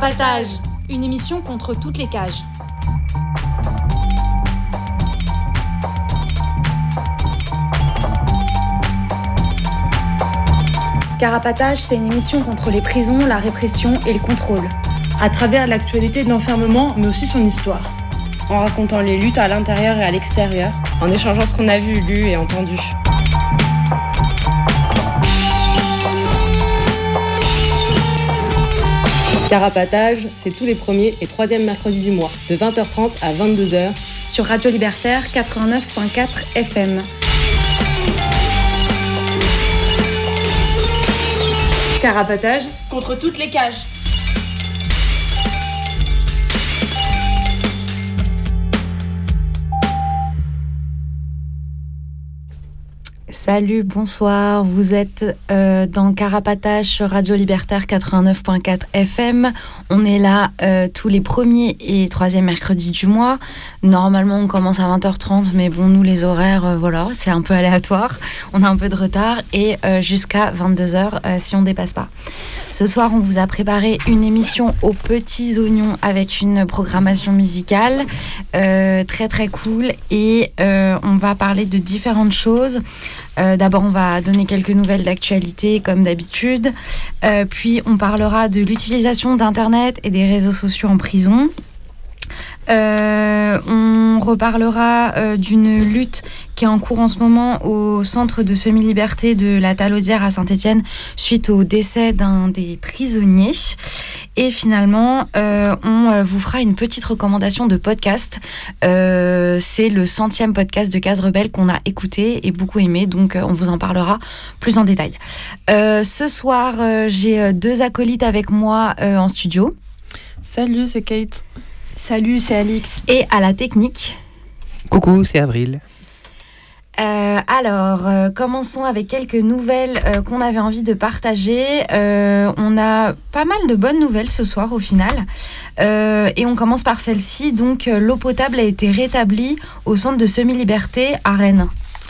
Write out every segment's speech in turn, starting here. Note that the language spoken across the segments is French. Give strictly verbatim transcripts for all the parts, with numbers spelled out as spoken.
Carapatage, une émission contre toutes les cages. Carapatage, c'est une émission contre les prisons, la répression et le contrôle. À travers l'actualité de l'enfermement, mais aussi son histoire. En racontant les luttes à l'intérieur et à l'extérieur, en échangeant ce qu'on a vu, lu et entendu. Carapatage, c'est tous les premiers et troisièmes mercredis du mois, de vingt heures trente à vingt-deux heures, sur Radio Libertaire quatre-vingt-neuf virgule quatre F M. Carapatage contre toutes les cages. Salut, bonsoir, vous êtes euh, dans Carapatage sur Radio Libertaire quatre-vingt-neuf virgule quatre F M. On est là euh, tous les premiers et troisièmes mercredis du mois. Normalement, on commence à vingt heures trente, mais bon, nous, les horaires, euh, voilà, c'est un peu aléatoire. On a un peu de retard et euh, jusqu'à vingt-deux heures euh, si on ne dépasse pas. Ce soir, on vous a préparé une émission aux petits oignons avec une programmation musicale euh, très très cool et euh, on va parler de différentes choses. Euh, d'abord, on va donner quelques nouvelles d'actualité comme d'habitude. Euh, puis, on parlera de l'utilisation d'Internet et des réseaux sociaux en prison. Euh, on reparlera euh, d'une lutte qui est en cours en ce moment au centre de semi-liberté de la Talaudière à Saint-Étienne suite au décès d'un des prisonniers. Et finalement, euh, on euh, vous fera une petite recommandation de podcast. Euh, c'est le centième podcast de Case Rebelle qu'on a écouté et beaucoup aimé, donc euh, on vous en parlera plus en détail. Euh, ce soir, euh, j'ai deux acolytes avec moi euh, en studio. Salut, c'est Kate. Salut, c'est Alix. Et à la technique. Coucou, c'est Avril. Euh, alors, euh, commençons avec quelques nouvelles euh, qu'on avait envie de partager. Euh, on a pas mal de bonnes nouvelles ce soir au final. Euh, et on commence par celle-ci. Donc, euh, l'eau potable a été rétablie au centre de semi-liberté à Rennes.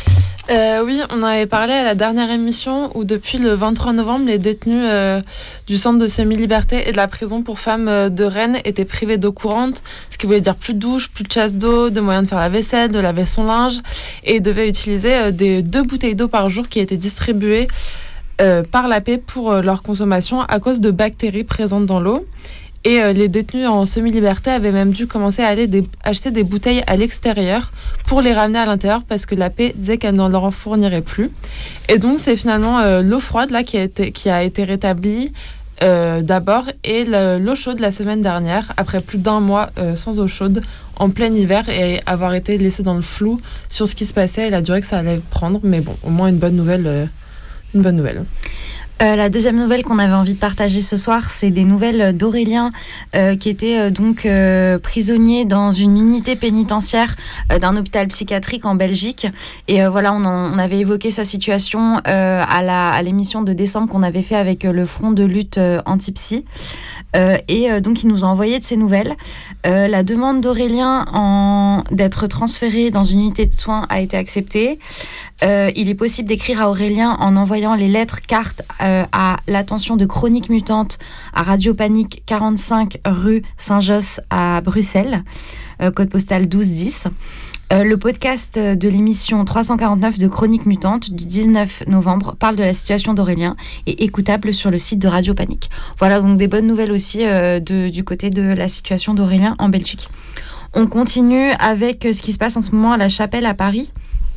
Euh, oui, on avait parlé à la dernière émission où depuis le vingt-trois novembre, les détenus euh, du centre de semi-liberté et de la prison pour femmes euh, de Rennes étaient privés d'eau courante, ce qui voulait dire plus de douche, plus de chasse d'eau, de moyens de faire la vaisselle, de laver son linge, et devaient utiliser euh, des deux bouteilles d'eau par jour qui étaient distribuées euh, par l'A P pour euh, leur consommation à cause de bactéries présentes dans l'eau. Et euh, les détenus en semi-liberté avaient même dû commencer à aller des, acheter des bouteilles à l'extérieur pour les ramener à l'intérieur parce que l'A P disait qu'elle n'en leur en fournirait plus. Et donc, c'est finalement euh, l'eau froide là, qui, a été, qui a été rétablie euh, d'abord et le, l'eau chaude la semaine dernière, après plus d'un mois euh, sans eau chaude, en plein hiver et avoir été laissé dans le flou sur ce qui se passait et la durée que ça allait prendre. Mais bon, au moins une bonne nouvelle. Euh, une bonne nouvelle. Euh, la deuxième nouvelle qu'on avait envie de partager ce soir, c'est des nouvelles d'Aurélien euh, qui était euh, donc euh, prisonnier dans une unité pénitentiaire euh, d'un hôpital psychiatrique en Belgique. Et euh, voilà, on, en, on avait évoqué sa situation euh, à, la, à l'émission de décembre qu'on avait fait avec euh, le Front de lutte euh, anti-psy. Euh, et euh, donc, il nous a envoyé de ces nouvelles. Euh, la demande d'Aurélien en, d'être transféré dans une unité de soins a été acceptée. Euh, il est possible d'écrire à Aurélien en envoyant les lettres cartes euh, à l'attention de Chroniques Mutantes à Radio Panique quarante-cinq rue Saint-Josse à Bruxelles, euh, code postal douze dix. Euh, le podcast de l'émission trois cent quarante-neuf de Chroniques Mutantes du dix-neuf novembre parle de la situation d'Aurélien et écoutable sur le site de Radio Panique. Voilà donc des bonnes nouvelles aussi euh, de, du côté de la situation d'Aurélien en Belgique. On continue avec ce qui se passe en ce moment à la Chapelle à Paris.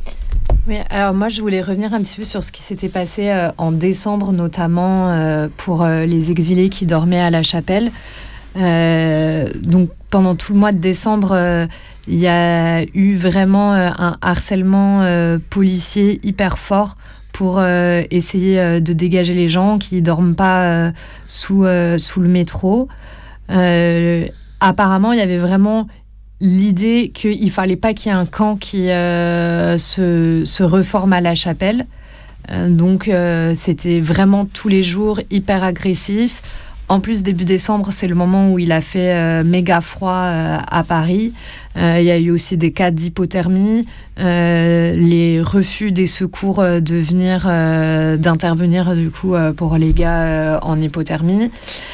Oui, alors moi je voulais revenir un petit peu sur ce qui s'était passé euh, en décembre, notamment euh, pour euh, les exilés qui dormaient à la Chapelle. Euh, donc pendant tout le mois de décembre, euh, il y a eu vraiment euh, un harcèlement euh, policier hyper fort pour euh, essayer euh, de dégager les gens qui ne dorment pas euh, sous, euh, sous le métro. Euh, apparemment, il y avait vraiment l'idée qu'il ne fallait pas qu'il y ait un camp qui euh, se, se reforme à la Chapelle. Euh, donc, euh, c'était vraiment tous les jours hyper agressif. En plus, début décembre, c'est le moment où il a fait euh, méga froid euh, à Paris. Euh, il y a eu aussi des cas d'hypothermie, euh, les refus des secours euh, de venir, euh, d'intervenir du coup euh, pour les gars euh, en hypothermie.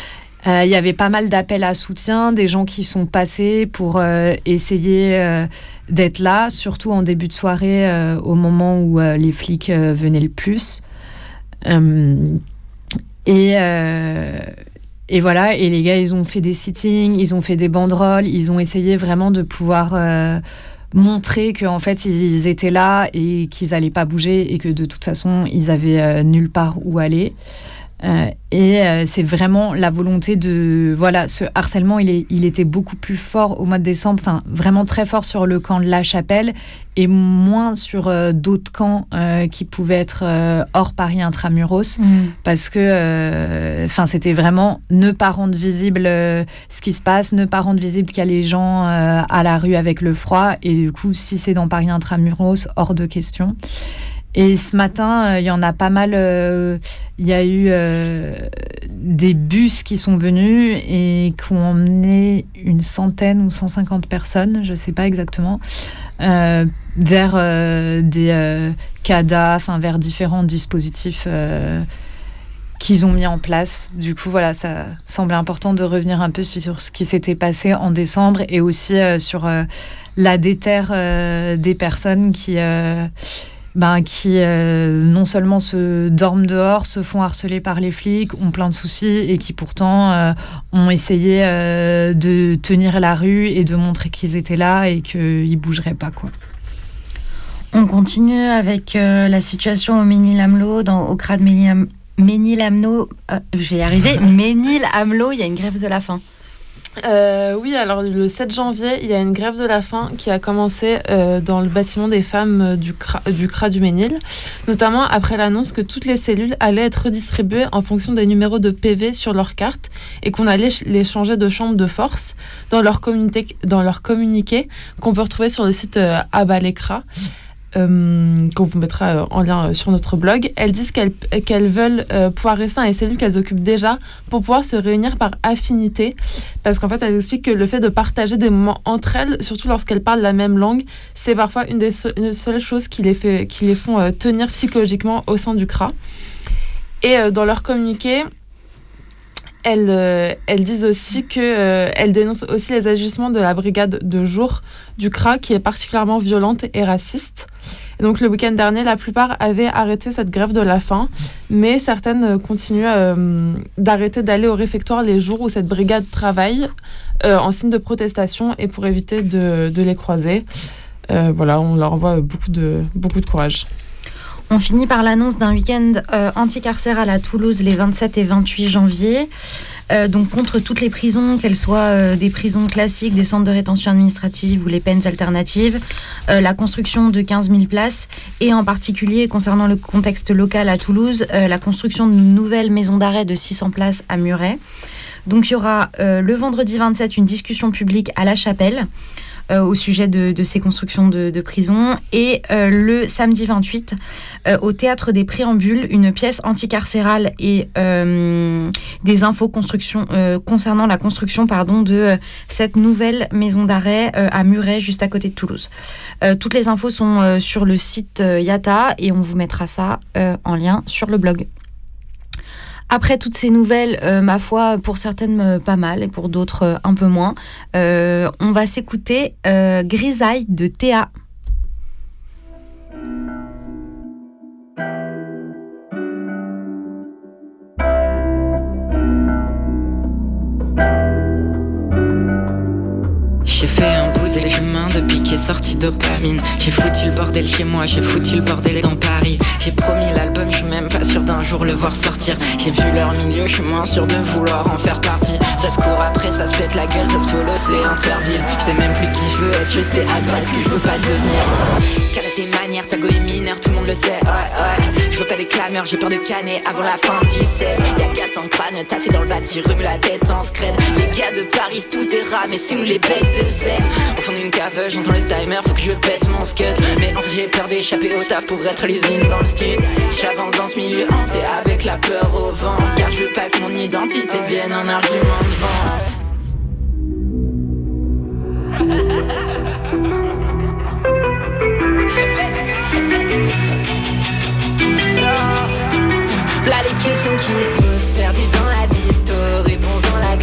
Il y avait pas mal d'appels à soutien, des gens qui sont passés pour euh, essayer euh, d'être là, surtout en début de soirée, euh, au moment où euh, les flics euh, venaient le plus. Euh, et, euh, et voilà, et les gars, ils ont fait des sittings, ils ont fait des banderoles, ils ont essayé vraiment de pouvoir euh, montrer qu'en fait, ils étaient là et qu'ils n'allaient pas bouger et que de toute façon, ils avaient euh, nulle part où aller. Euh, et euh, c'est vraiment la volonté de... Voilà, ce harcèlement, il, est, il était beaucoup plus fort au mois de décembre, enfin, vraiment très fort sur le camp de La Chapelle et moins sur euh, d'autres camps euh, qui pouvaient être euh, hors Paris intramuros, mmh. parce que enfin, euh, c'était vraiment ne pas rendre visible euh, ce qui se passe, ne pas rendre visible qu'il y a les gens euh, à la rue avec le froid, et du coup, si c'est dans Paris intramuros, hors de question. Et ce matin, il euh, y en a pas mal. Il euh, y a eu euh, des bus qui sont venus et qui ont emmené une centaine ou cent cinquante personnes, je ne sais pas exactement, euh, vers euh, des euh, C A D A, enfin vers différents dispositifs euh, qu'ils ont mis en place. Du coup, voilà, ça semblait important de revenir un peu sur ce qui s'était passé en décembre et aussi euh, sur euh, la déterre euh, des personnes qui... Euh, Ben, qui euh, non seulement se dorment dehors, se font harceler par les flics, ont plein de soucis et qui pourtant euh, ont essayé euh, de tenir la rue et de montrer qu'ils étaient là et qu'ils ne bougeraient pas, quoi. On continue avec euh, la situation au Ménil-Amelot, dans, au C R A de Ménil- Ménil-Amelot. Euh, je vais y arriver. Ménil-Amelot, il y a une grève de la faim. Euh, oui, alors le sept janvier, il y a une grève de la faim qui a commencé euh, dans le bâtiment des femmes du C R A, du C R A du Ménil, notamment après l'annonce que toutes les cellules allaient être redistribuées en fonction des numéros de P V sur leur carte et qu'on allait les changer de chambre de force dans leur communiqué, dans leur communiqué qu'on peut retrouver sur le site euh, Abalekra. Euh, qu'on vous mettra euh, en lien euh, sur notre blog. Elles disent qu'elles, qu'elles veulent euh, pouvoir rester dans les cellules qu'elles occupent déjà pour pouvoir se réunir par affinité, parce qu'en fait elles expliquent que le fait de partager des moments entre elles, surtout lorsqu'elles parlent la même langue, c'est parfois une des so- une seules choses qui les, fait, qui les font euh, tenir psychologiquement au sein du C R A. Et euh, dans leur communiqué, Elles, euh, elles disent aussi qu'elles euh, dénoncent aussi les agissements de la brigade de jour du C R A qui est particulièrement violente et raciste. Et donc le week-end dernier, la plupart avaient arrêté cette grève de la faim, mais certaines continuent euh, d'arrêter d'aller au réfectoire les jours où cette brigade travaille euh, en signe de protestation et pour éviter de, de les croiser. Euh, voilà, on leur envoie beaucoup de, beaucoup de courage. On finit par l'annonce d'un week-end euh, anticarcéral à Toulouse les vingt-sept et vingt-huit janvier, euh, donc contre toutes les prisons, qu'elles soient euh, des prisons classiques, des centres de rétention administrative ou les peines alternatives, euh, la construction de quinze mille places et en particulier, concernant le contexte local à Toulouse, euh, la construction d'une nouvelle maison d'arrêt de six cents places à Muret. Donc il y aura euh, le vendredi vingt-sept une discussion publique à La Chapelle, Euh, au sujet de, de ces constructions de, de prisons, et euh, le samedi vingt-huit euh, au Théâtre des Préambules, une pièce anticarcérale et euh, des infos construction, euh, concernant la construction pardon, de euh, cette nouvelle maison d'arrêt euh, à Muret, juste à côté de Toulouse. Euh, toutes les infos sont euh, sur le site euh, Yata et on vous mettra ça euh, en lien sur le blog. Après toutes ces nouvelles, euh, ma foi, pour certaines euh, pas mal et pour d'autres euh, un peu moins, euh, on va s'écouter euh, Grisaille de Théa. J'ai fait un bout de chemin depuis qu'est sorti dopamine. J'ai foutu le bordel chez moi, j'ai foutu le bordel dans Paris. J'ai promis l'album, je suis même pas sûr d'un jour le voir sortir. J'ai vu leur milieu, je suis moins sûr de vouloir en faire partie. Ça se court après, ça se pète la gueule, ça se follow, c'est Interville. Je sais même plus qui je veux être, je sais à quoi plus je veux pas devenir. Quelle est tes manières, ta go est mineur, tout le monde le sait, ouais, ouais. Je veux pas des clameurs, j'ai peur de canner avant la fin du seize. Y'a quatre ans de crâne, tassé dans le bâti, remue la tête en scred. Les gars de Paris, c'est tous des rats, mais c'est nous les bêtes de sel. Au fond d'une cave, j'entends le timer, faut que je pète mon scud. Mais en fait j'ai peur d'échapper au taf pour être l'usine dans le stud. J'avance dans ce milieu hanté avec la peur au vent, car je veux pas que mon identité devienne un argument de vente. Là les questions qui se posent, perdues dans la disto, réponse dans la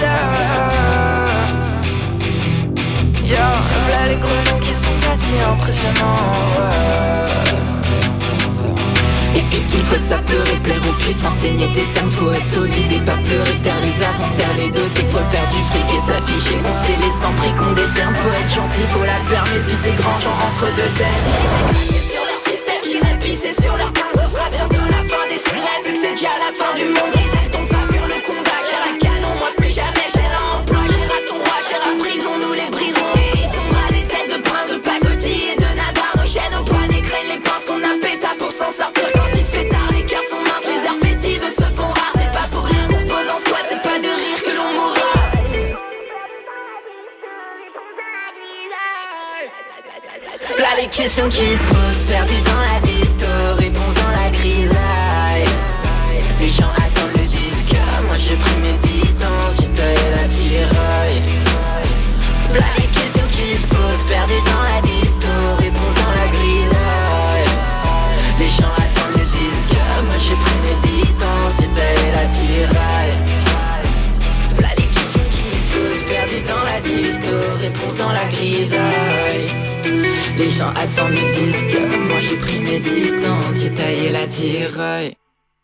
Yo, voilà les grenouilles qui sont pas si impressionnants. Et puisqu'il faut ça pleurer, plaire aux puissants, enseigner tes cernes, faut être solide et pas pleurer, taire les avances, taire les dossiers, faut faire du fric et s'afficher, qu'on sait les sans prix qu'on décerne, faut être gentil, faut la fermer, si c'est grand, genre entre deux ailes. J'irai sur leur système, j'irai pisser sur leur pain, ce sera bientôt la fin des sirènes, vu que c'est déjà la fin du monde, les ailes tombent pas vers le combat, j'ai un canon, moi plus jamais, j'ai un emploi, j'ai un ton roi, j'ai un prison, nous les brisons, et ils tombent à des têtes de prince, de pacotille et de navarre, nos chaînes au poignet, les craignent les pinces qu'on a péta pour s'en sortir. Là les questions qui se posent, perdues dans la disto, réponse dans la grisaille. Les gens attendent le disque, moi j'ai pris mes distances, j'ai taillé la tiraille. Là les questions qui se posent, perdues dans la disto, réponse dans la grisaille. Les gens attendent le disque, moi j'ai pris mes distances, j'ai taillé la tiraille. Là les questions qui se posent, perdues dans la disto, réponse dans la grisaille. Les gens attendent le disque, moi j'ai pris mes distances, j'ai taillé la tiraille.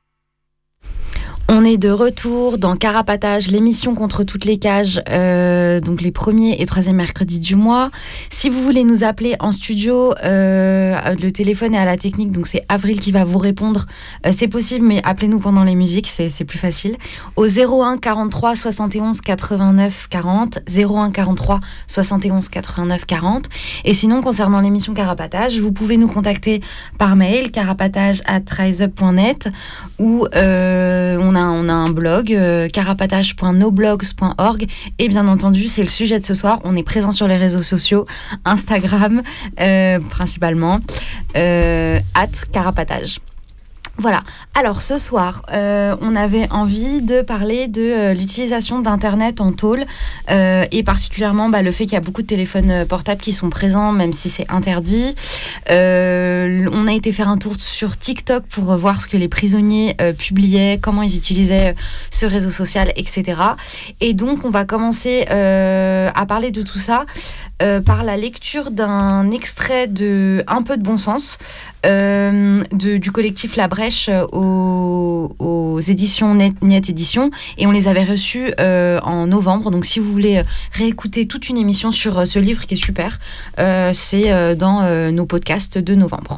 On est de retour dans Carapatage, l'émission contre toutes les cages, euh, donc les premiers et troisième mercredis du mois. Si vous voulez nous appeler en studio, euh, le téléphone est à la technique, donc c'est Avril qui va vous répondre. Euh, c'est possible, mais appelez-nous pendant les musiques, c'est, c'est plus facile. Au zéro un quarante-trois soixante et onze quatre-vingt-neuf quarante, zéro un quarante-trois soixante et onze quatre-vingt-neuf quarante. Et sinon, concernant l'émission Carapatage, vous pouvez nous contacter par mail, carapatage arobase riseup point net, ou euh, on a On a un blog, euh, carapatage point noblogs point org, et bien entendu, c'est le sujet de ce soir. On est présent sur les réseaux sociaux, Instagram euh, principalement, euh, at carapatage. Voilà. Alors ce soir, euh, on avait envie de parler de euh, l'utilisation d'Internet en tôle euh, et particulièrement bah, le fait qu'il y a beaucoup de téléphones portables qui sont présents, même si c'est interdit. Euh, on a été faire un tour sur TikTok pour voir ce que les prisonniers euh, publiaient, comment ils utilisaient ce réseau social, et cetera. Et donc, on va commencer euh, à parler de tout ça euh, par la lecture d'un extrait de Un peu de bon sens euh, de, du collectif La Brèche aux, aux éditions Net, Net Éditions, et on les avait reçus euh, en novembre. Donc si vous voulez réécouter toute une émission sur ce livre qui est super, euh, c'est euh, dans euh, nos podcasts de novembre.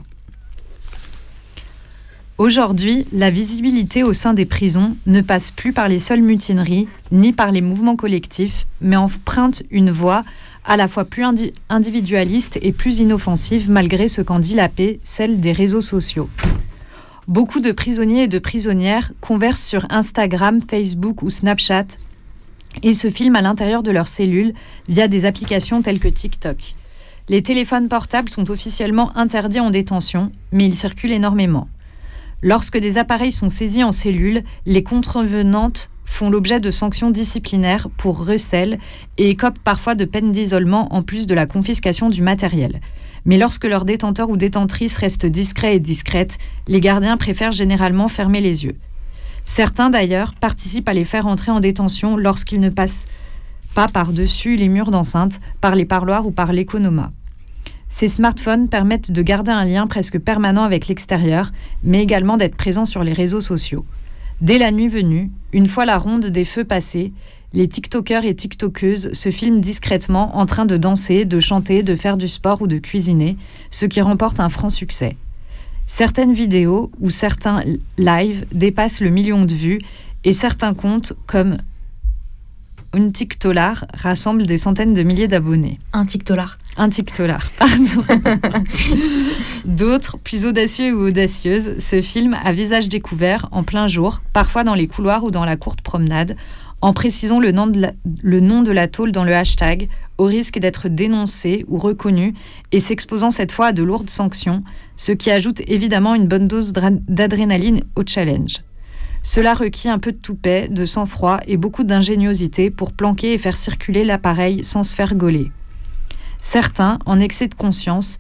Aujourd'hui, la visibilité au sein des prisons ne passe plus par les seules mutineries, ni par les mouvements collectifs, mais emprunte une voie à la fois plus indi- individualiste et plus inoffensive, malgré ce qu'en dit la paix, celle des réseaux sociaux. Beaucoup de prisonniers et de prisonnières conversent sur Instagram, Facebook ou Snapchat et se filment à l'intérieur de leurs cellules via des applications telles que TikTok. Les téléphones portables sont officiellement interdits en détention, mais ils circulent énormément. Lorsque des appareils sont saisis en cellule, les contrevenantes font l'objet de sanctions disciplinaires pour recel et écopent parfois de peines d'isolement en plus de la confiscation du matériel. Mais lorsque leur détenteur ou détentrice reste discret et discrète, les gardiens préfèrent généralement fermer les yeux. Certains, d'ailleurs, participent à les faire entrer en détention lorsqu'ils ne passent pas par-dessus les murs d'enceinte, par les parloirs ou par l'économat. Ces smartphones permettent de garder un lien presque permanent avec l'extérieur, mais également d'être présents sur les réseaux sociaux. Dès la nuit venue, une fois la ronde des feux passée, les TikTokers et TikTokeuses se filment discrètement en train de danser, de chanter, de faire du sport ou de cuisiner, ce qui remporte un franc succès. Certaines vidéos ou certains lives dépassent le million de vues et certains comptes comme Un TikTolar rassemblent des centaines de milliers d'abonnés. Un TikTolar. Un TikTolar, pardon. D'autres, plus audacieux ou audacieuses, se filment à visage découvert en plein jour, parfois dans les couloirs ou dans la courte promenade, en précisant le nom de la, le nom de la tôle dans le hashtag, au risque d'être dénoncé ou reconnu, et s'exposant cette fois à de lourdes sanctions, ce qui ajoute évidemment une bonne dose d'adrénaline au challenge. Cela requiert un peu de toupet, de sang-froid et beaucoup d'ingéniosité pour planquer et faire circuler l'appareil sans se faire gauler. Certains, en excès de conscience,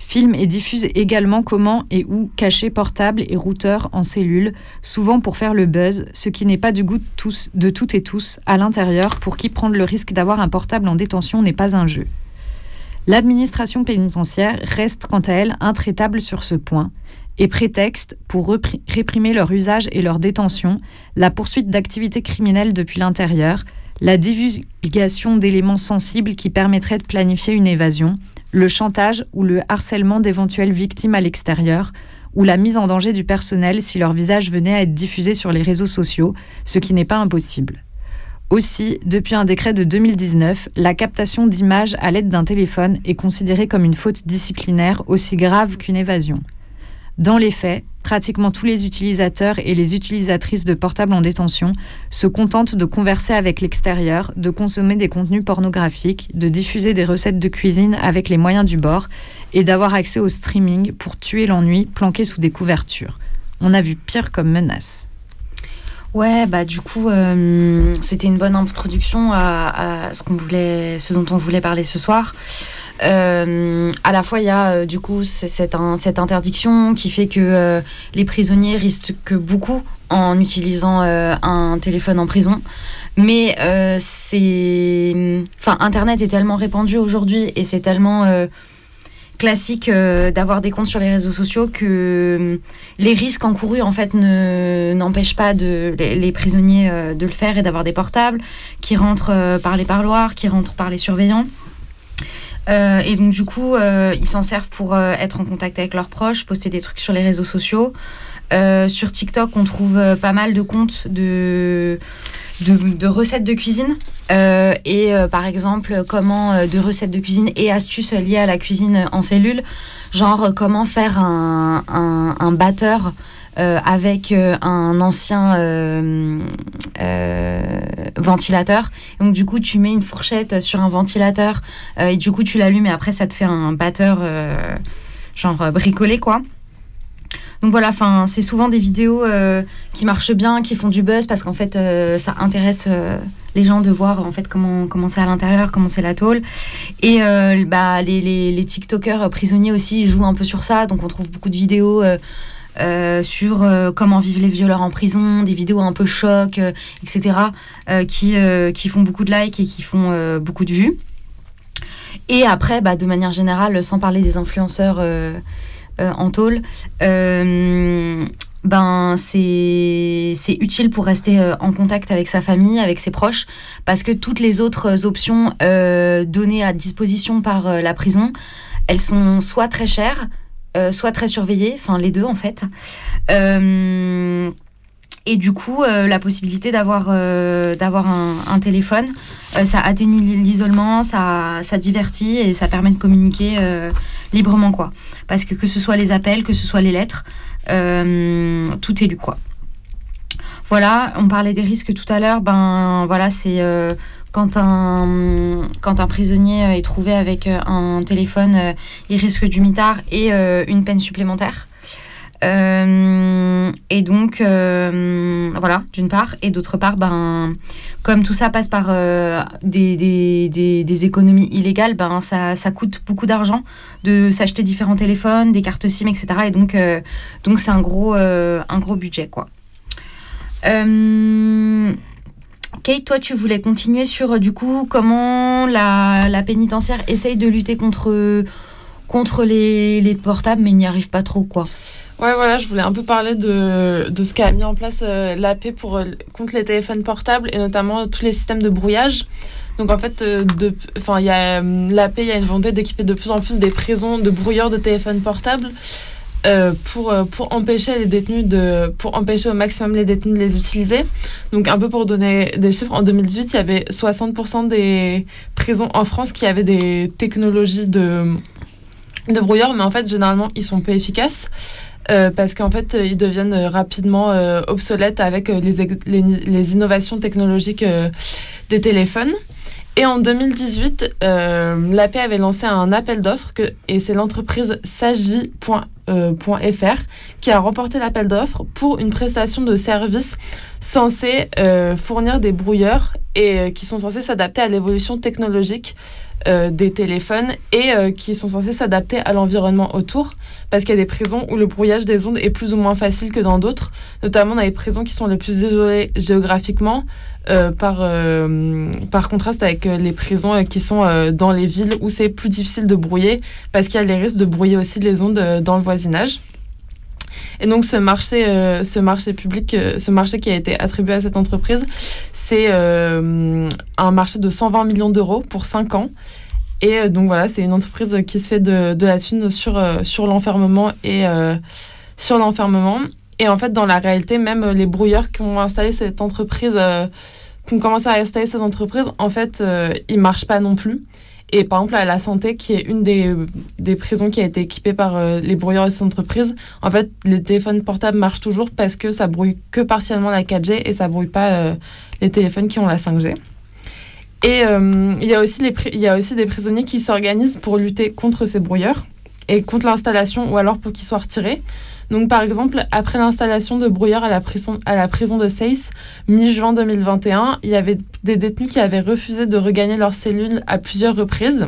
filme et diffuse également comment et où cacher portables et routeurs en cellule, souvent pour faire le buzz, ce qui n'est pas du goût de, tous, de toutes et tous, à l'intérieur, pour qui prendre le risque d'avoir un portable en détention n'est pas un jeu. L'administration pénitentiaire reste quant à elle intraitable sur ce point, et prétexte, pour repri- réprimer leur usage et leur détention, la poursuite d'activités criminelles depuis l'intérieur, la divulgation d'éléments sensibles qui permettraient de planifier une évasion, le chantage ou le harcèlement d'éventuelles victimes à l'extérieur, ou la mise en danger du personnel si leur visage venait à être diffusé sur les réseaux sociaux, ce qui n'est pas impossible. Aussi, depuis un décret de deux mille dix-neuf, la captation d'images à l'aide d'un téléphone est considérée comme une faute disciplinaire aussi grave qu'une évasion. Dans les faits, pratiquement tous les utilisateurs et les utilisatrices de portables en détention se contentent de converser avec l'extérieur, de consommer des contenus pornographiques, de diffuser des recettes de cuisine avec les moyens du bord et d'avoir accès au streaming pour tuer l'ennui planqué sous des couvertures. On a vu pire comme menace. Ouais, bah du coup, euh, c'était une bonne introduction à, à ce qu'on voulait, ce dont on voulait parler ce soir. Euh, à la fois, il y a euh, du coup c'est, cette, un, cette interdiction qui fait que euh, les prisonniers risquent beaucoup en utilisant euh, un téléphone en prison. Mais euh, c'est, enfin, Internet est tellement répandu aujourd'hui et c'est tellement euh, classique euh, d'avoir des comptes sur les réseaux sociaux que les risques encourus en fait ne n'empêchent pas de, les, les prisonniers euh, de le faire et d'avoir des portables qui rentrent euh, par les parloirs, qui rentrent par les surveillants. Euh, et donc du coup, euh, ils s'en servent pour euh, être en contact avec leurs proches, poster des trucs sur les réseaux sociaux. Euh, sur TikTok, on trouve euh, pas mal de comptes de, de, de recettes de cuisine. Euh, et euh, par exemple, comment euh, de recettes de cuisine et astuces liées à la cuisine en cellule. Genre euh, comment faire un, un, un batteur euh, avec euh, un ancien euh, euh, ventilateur. Donc du coup, tu mets une fourchette sur un ventilateur euh, et du coup, tu l'allumes et après, ça te fait un batteur euh, genre euh, bricolé, quoi. Donc voilà, enfin, c'est souvent des vidéos euh, qui marchent bien, qui font du buzz parce qu'en fait, euh, ça intéresse euh, les gens de voir en fait comment comment c'est à l'intérieur, comment c'est la tôle. Et euh, bah les les les TikTokers prisonniers aussi jouent un peu sur ça. Donc on trouve beaucoup de vidéos euh, euh, sur euh, comment vivent les violeurs en prison, des vidéos un peu choc, euh, et cetera. Euh, qui euh, qui font beaucoup de likes et qui font euh, beaucoup de vues. Et après, bah de manière générale, sans parler des influenceurs euh, euh, en tôle. Euh, ben c'est c'est utile pour rester euh, en contact avec sa famille, avec ses proches, parce que toutes les autres options euh, données à disposition par euh, la prison, elles sont soit très chères, euh, soit très surveillées, enfin les deux en fait. Euh, et du coup, euh, la possibilité d'avoir euh, d'avoir un, un téléphone, euh, ça atténue l'isolement, ça ça divertit et ça permet de communiquer euh, librement, quoi. Parce que que ce soit les appels, que ce soit les lettres, Euh, tout est lu, quoi. Voilà, on parlait des risques tout à l'heure. Ben voilà, c'est euh, quand un quand un prisonnier est trouvé avec un téléphone, euh, il risque du mitard et euh, une peine supplémentaire. Euh, et donc euh, voilà, d'une part, et d'autre part, ben comme tout ça passe par euh, des, des, des, des économies illégales, ben ça, ça coûte beaucoup d'argent de s'acheter différents téléphones, des cartes SIM, et cetera. Et donc euh, donc c'est un gros euh, un gros budget, quoi. Euh, Kate, toi, tu voulais continuer sur du coup comment la, la pénitentiaire essaye de lutter contre contre les, les portables, mais il n'y arrive pas trop, quoi. Ouais, voilà, je voulais un peu parler de, de ce qu'a mis en place euh, l'A P pour, euh, contre les téléphones portables et notamment tous les systèmes de brouillage. Donc en fait, euh, de, il y a euh, l'A P, il y a une volonté d'équiper de plus en plus des prisons de brouilleurs de téléphones portables euh, pour, euh, pour empêcher les détenus de, pour empêcher au maximum les détenus de les utiliser. Donc un peu pour donner des chiffres, en deux mille dix-huit, il y avait soixante pour cent des prisons en France qui avaient des technologies de, de brouilleurs, mais en fait, généralement, ils sont peu efficaces. Euh, parce qu'en fait, euh, ils deviennent euh, rapidement euh, obsolètes avec euh, les, ex- les, les innovations technologiques euh, des téléphones. Et en deux mille dix-huit, euh, l'A P avait lancé un appel d'offres, que, et c'est l'entreprise Sagi point F R qui a remporté l'appel d'offres pour une prestation de service censée euh, fournir des brouilleurs et euh, qui sont censés s'adapter à l'évolution technologique euh, des téléphones et euh, qui sont censés s'adapter à l'environnement autour, parce qu'il y a des prisons où le brouillage des ondes est plus ou moins facile que dans d'autres, notamment dans les prisons qui sont les plus isolées géographiquement, euh, par, euh, par contraste avec les prisons euh, qui sont euh, dans les villes où c'est plus difficile de brouiller, parce qu'il y a les risques de brouiller aussi les ondes euh, dans le voisinage. Et donc ce marché, euh, ce marché public, euh, ce marché qui a été attribué à cette entreprise, c'est euh, un marché de cent vingt millions d'euros pour cinq ans. Et euh, donc voilà, c'est une entreprise qui se fait de, de la thune sur, euh, sur l'enfermement et euh, sur l'enfermement. Et en fait, dans la réalité, même les brouilleurs qui ont installé cette entreprise, euh, qui ont commencé à installer cette entreprise, en fait, euh, ils marchent pas non plus. Et par exemple, à La Santé, qui est une des, des prisons qui a été équipée par euh, les brouilleurs de cette entreprise, en fait, les téléphones portables marchent toujours parce que ça brouille que partiellement la quatre G et ça brouille pas euh, les téléphones qui ont la cinq G. Et euh, il y a aussi les pri- il y a aussi des prisonniers qui s'organisent pour lutter contre ces brouilleurs et contre l'installation ou alors pour qu'ils soient retirés. Donc, par exemple, après l'installation de brouilleurs à la prison, à la prison de Seyss, mi-juin deux mille vingt et un, il y avait des détenus qui avaient refusé de regagner leurs cellules à plusieurs reprises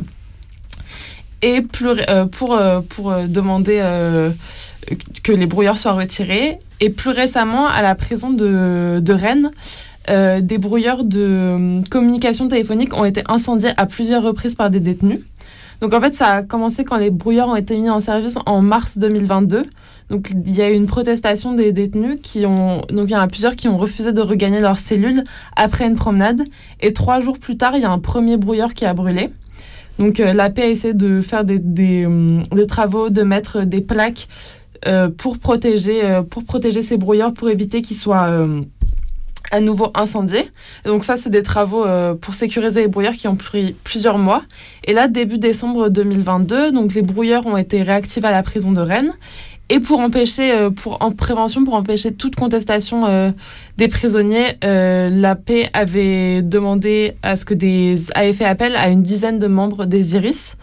et plus, euh, pour, euh, pour euh, demander euh, que les brouilleurs soient retirés. Et plus récemment, à la prison de, de Rennes, euh, des brouilleurs de communication téléphonique ont été incendiés à plusieurs reprises par des détenus. Donc en fait, ça a commencé quand les brouilleurs ont été mis en service en mars deux mille vingt-deux. Donc il y a eu une protestation des détenus qui ont, donc il y en a plusieurs qui ont refusé de regagner leurs cellules après une promenade. Et trois jours plus tard, il y a un premier brouilleur qui a brûlé. Donc euh, l'A P a essayé de faire des, des, des travaux, de mettre des plaques euh, pour protéger, euh, pour protéger ces brouilleurs, pour éviter qu'ils soient euh, à nouveau incendiés. Et donc ça, c'est des travaux euh, pour sécuriser les brouilleurs qui ont pris plusieurs mois. Et là, début décembre deux mille vingt-deux, donc les brouilleurs ont été réactivés à la prison de Rennes. Et pour empêcher, euh, pour, en prévention, pour empêcher toute contestation euh, des prisonniers, euh, l'A P avait demandé à ce que des, avait fait appel à une dizaine de membres des Iris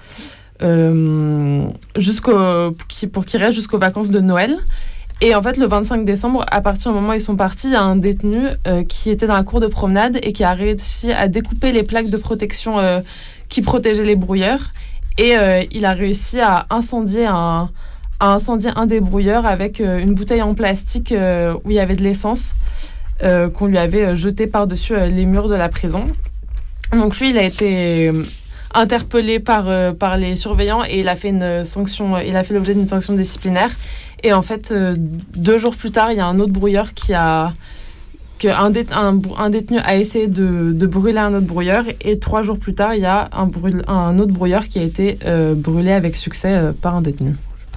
euh, jusqu'au, pour qu'ils restent jusqu'aux vacances de Noël. Et en fait, le vingt-cinq décembre, à partir du moment où ils sont partis, il y a un détenu euh, qui était dans la cour de promenade et qui a réussi à découper les plaques de protection euh, qui protégeaient les brouilleurs. Et euh, il a réussi à incendier un, à incendier un des brouilleurs avec euh, une bouteille en plastique euh, où il y avait de l'essence euh, qu'on lui avait jetée par-dessus euh, les murs de la prison. Donc lui, il a été interpellé par, euh, par les surveillants et il a fait une sanction, il a fait l'objet d'une sanction disciplinaire. Et en fait, euh, deux jours plus tard, il y a un autre brouilleur qui a... Que un, dé, un, un détenu a essayé de, de brûler un autre brouilleur. Et trois jours plus tard, il y a un, brûle, un autre brouilleur qui a été euh, brûlé avec succès euh, par un détenu.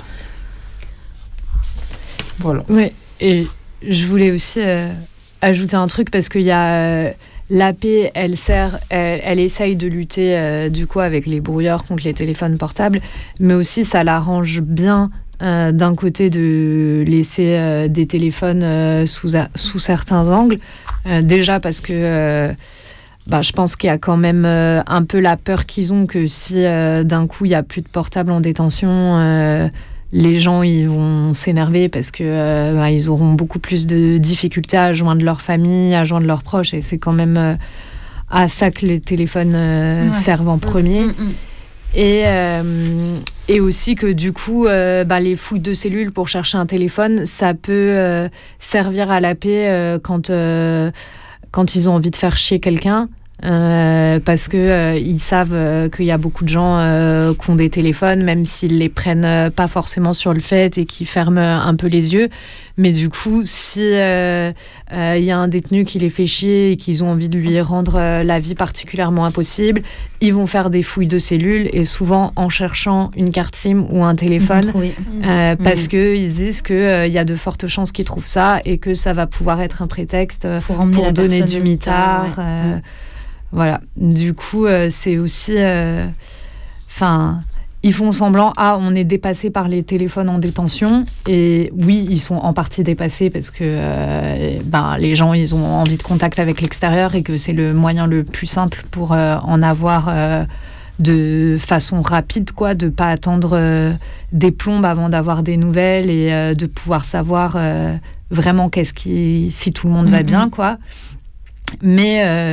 Voilà. Oui, et je voulais aussi euh, ajouter un truc parce qu'il y a... Euh, l'A P, elle sert, elle, elle essaye de lutter euh, du coup avec les brouilleurs contre les téléphones portables, mais aussi ça l'arrange bien euh, d'un côté de laisser euh, des téléphones euh, sous, a, sous certains angles. Euh, déjà parce que euh, bah, je pense qu'il y a quand même euh, un peu la peur qu'ils ont que si euh, d'un coup il n'y a plus de portables en détention, euh, les gens ils vont s'énerver parce que euh, bah, ils auront beaucoup plus de difficultés à joindre leur famille, à joindre leurs proches, et c'est quand même euh, à ça que les téléphones euh, ouais. servent en premier. Mmh, mmh. Et, euh, et aussi que du coup, euh, bah, les fouilles de cellules pour chercher un téléphone, ça peut euh, servir à l'A P euh, quand, euh, quand ils ont envie de faire chier quelqu'un. Euh, parce que euh, ils savent euh, qu'il y a beaucoup de gens euh, qui ont des téléphones, même s'ils les prennent euh, pas forcément sur le fait et qui ferment un peu les yeux. Mais du coup, si il euh, euh, y a un détenu qui les fait chier et qu'ils ont envie de lui rendre euh, la vie particulièrement impossible, ils vont faire des fouilles de cellules, et souvent en cherchant une carte SIM ou un téléphone, euh, mmh. parce que ils disent que euh, y a de fortes chances qu'ils trouvent ça et que ça va pouvoir être un prétexte pour, pour donner du mitard. Ouais. Euh, mmh. Voilà, du coup, euh, c'est aussi... Enfin, euh, ils font semblant, ah, on est dépassé par les téléphones en détention. Et oui, ils sont en partie dépassés parce que euh, ben, les gens, ils ont envie de contact avec l'extérieur et que c'est le moyen le plus simple pour euh, en avoir euh, de façon rapide, quoi, de ne pas attendre euh, des plombes avant d'avoir des nouvelles et euh, de pouvoir savoir euh, vraiment qu'est-ce qui, si tout le monde mm-hmm. va bien, quoi. Mais... Euh,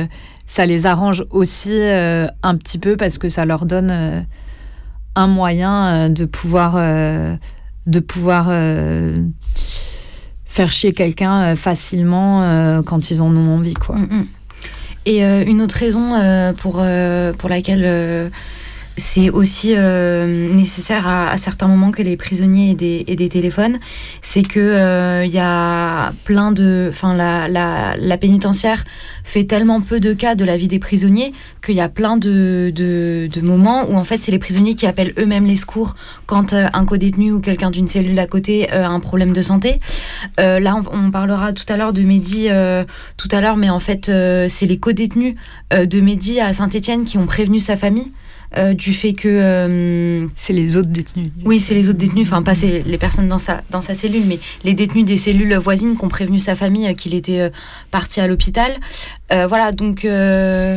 ça les arrange aussi euh, un petit peu parce que ça leur donne euh, un moyen euh, de pouvoir, euh, de pouvoir euh, faire chier quelqu'un euh, facilement euh, quand ils en ont envie, quoi. Mm-hmm. Et euh, une autre raison euh, pour, euh, pour laquelle euh, c'est aussi euh, nécessaire à, à certains moments que les prisonniers aient des, aient des téléphones, c'est qu'il euh, y a plein de... Enfin, la, la, la pénitentiaire fait tellement peu de cas de la vie des prisonniers qu'il y a plein de, de, de moments où en fait c'est les prisonniers qui appellent eux-mêmes les secours quand euh, un codétenu ou quelqu'un d'une cellule à côté euh, a un problème de santé. Euh, là, on, on parlera tout à l'heure de Mehdi euh, tout à l'heure, mais en fait euh, c'est les codétenus euh, de Mehdi à Saint-Étienne qui ont prévenu sa famille. Euh, du fait que... Euh, c'est les autres détenus. Oui, c'est les autres détenus, enfin pas c'est les personnes dans sa, dans sa cellule, mais les détenus des cellules voisines qui ont prévenu sa famille euh, qu'il était euh, parti à l'hôpital. Euh, voilà, donc... Euh,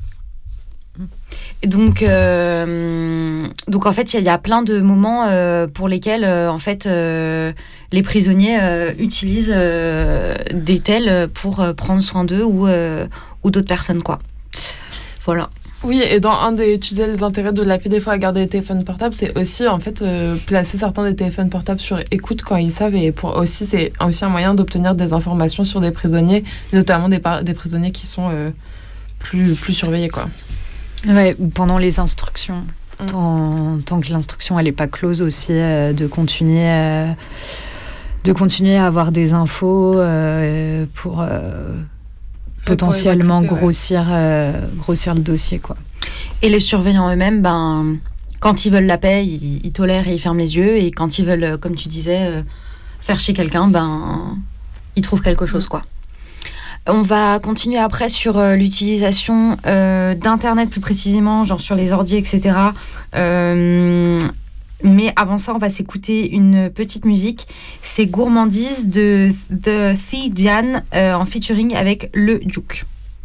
donc, euh, donc en fait, il y, y a plein de moments euh, pour lesquels euh, en fait, euh, les prisonniers euh, utilisent euh, des tels pour euh, prendre soin d'eux ou, euh, ou d'autres personnes, quoi. Voilà. Oui, et dans un des, tu disais, les intérêts de l'A P D F à garder les téléphones portables, c'est aussi en fait euh, placer certains des téléphones portables sur écoute quand ils savent, et pour aussi c'est aussi un moyen d'obtenir des informations sur des prisonniers, notamment des, par, des prisonniers qui sont euh, plus plus surveillés, quoi. Ouais, ou pendant les instructions, mmh. tant, tant que l'instruction elle est pas close aussi, euh, de continuer euh, de continuer à avoir des infos euh, pour euh, potentiellement grossir, ouais. euh, grossir le dossier, quoi. Et les surveillants eux-mêmes, ben, quand ils veulent la paix, ils, ils tolèrent et ils ferment les yeux. Et quand ils veulent, comme tu disais, euh, faire chier quelqu'un, ben, ils trouvent quelque chose, quoi. On va continuer après sur euh, l'utilisation euh, d'Internet, plus précisément, genre sur les ordi, et cetera. Euh, mais avant ça, on va s'écouter une petite musique. C'est Gourmandise de The Thee Diane euh, en featuring avec Le Duke.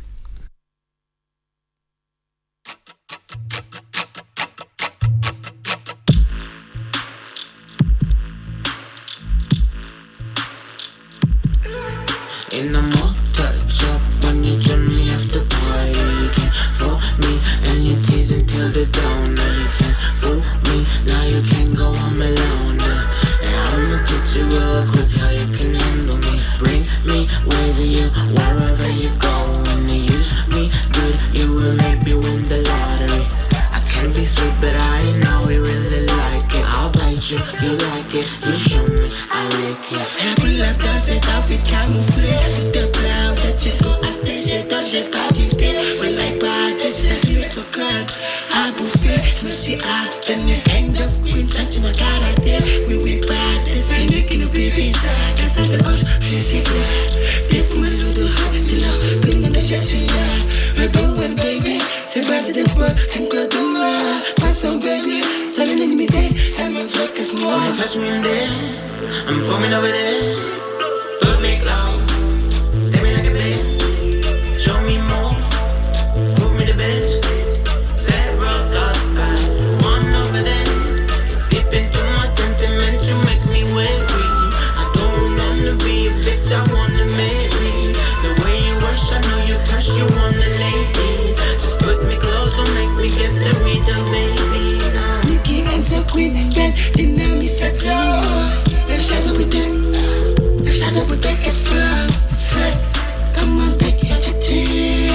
In a more touch up when you gently have to cry. You can't fool me and you tease until the dawn. Now you can't fool me, now you can't go home alone. And I'ma teach you real quick how you can handle me. Bring me with you wherever you go. When you use me good, you will maybe win the lottery. I can be sweet, but I know we really like it. I'll bite you, you like it, you show me, I like it. Elle pull up dans cet outfit camouflé. Tout est plein, fait j'ai go à stage, j'ai dort, j'ai pas tilté. Well, like pas de salut, so good, à bouffer. Je me suis abstenu, end of queen, sentiment karaté. Oui, oui, pas de c'est nous qui nous bébés ça. Qu'à salle de hanche, je suis vrai. Des fous, me l'eau de rap, t'es là, que le monde je suis là. Le going, baby, c'est pas de d'export, tu me codes demain. Façon, baby, c'est l'unanimité, elle me veut que c'est moi. Wanna touch me in there, I'm foaming over there. Put me close, take me like a bitch. Show me more, prove me the best. Several thoughts back, one over them. Deep into my sentiments, you make me weary. I don't wanna be a bitch, I wanna marry. The way you rush, I know you crush, you wanna lay me. Just put me close, don't make me guess that we the baby. Nah. Nikki and the queen, then dynamic set up. Le shadow with them, le shadow with them, get fun. Slut, come on, take your tea.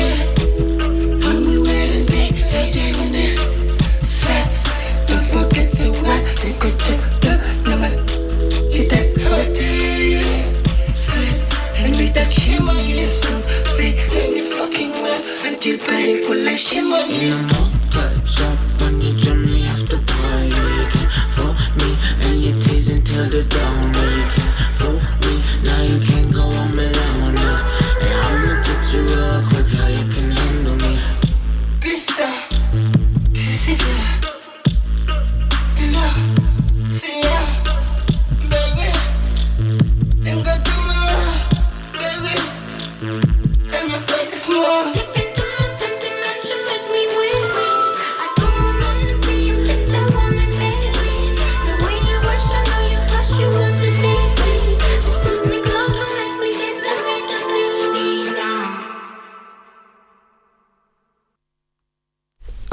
I'm wearing big, they doing it. Slut, don't forget to what they could do. The number, you test our tea. Slut, and with that shame on you, come see in the fucking west until body pull that shame on you. In a more touch up when you gently have to cry. You can't fool me and you tease until the dawn. You can't fool me, now you can't go home alone. And I'ma teach you real quick how you can handle me. Pista, je sais faire. T'es là, c'est là, baby. Them got to me, baby. And my flight is more. You wanna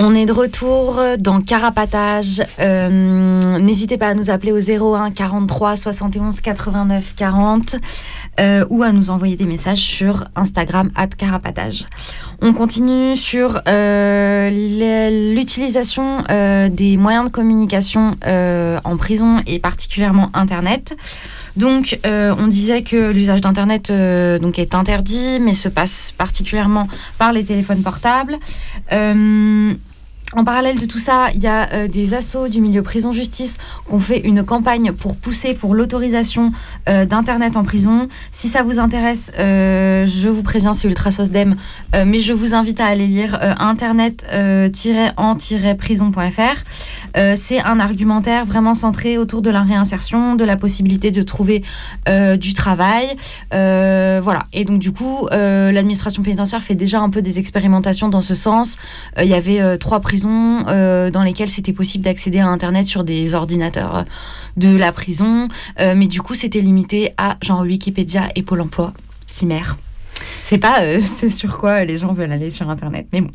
On est de retour dans Carapatage. Euh, n'hésitez pas à nous appeler au zéro un quarante-trois soixante et onze quatre-vingt-neuf quarante euh, ou à nous envoyer des messages sur Instagram arobase carapatage. On continue sur euh, l'utilisation euh, des moyens de communication euh, en prison et particulièrement Internet. Donc, euh, on disait que l'usage d'Internet euh, donc est interdit, mais se passe particulièrement par les téléphones portables. Euh, En parallèle de tout ça, il y a euh, des assos du milieu prison-justice qui ont fait une campagne pour pousser pour l'autorisation euh, d'Internet en prison. Si ça vous intéresse, euh, je vous préviens, c'est ultra sosdem, euh, mais je vous invite à aller lire euh, internet tiret en tiret prison point f r. Euh, c'est un argumentaire vraiment centré autour de la réinsertion, de la possibilité de trouver euh, du travail. Euh, voilà. Et donc, du coup, euh, l'administration pénitentiaire fait déjà un peu des expérimentations dans ce sens. Euh, il y avait euh, trois prisons Euh, dans lesquelles c'était possible d'accéder à Internet sur des ordinateurs de la prison, euh, mais du coup c'était limité à genre Wikipédia et Pôle emploi, CIMER. C'est pas euh, ce sur quoi les gens veulent aller sur Internet, mais bon.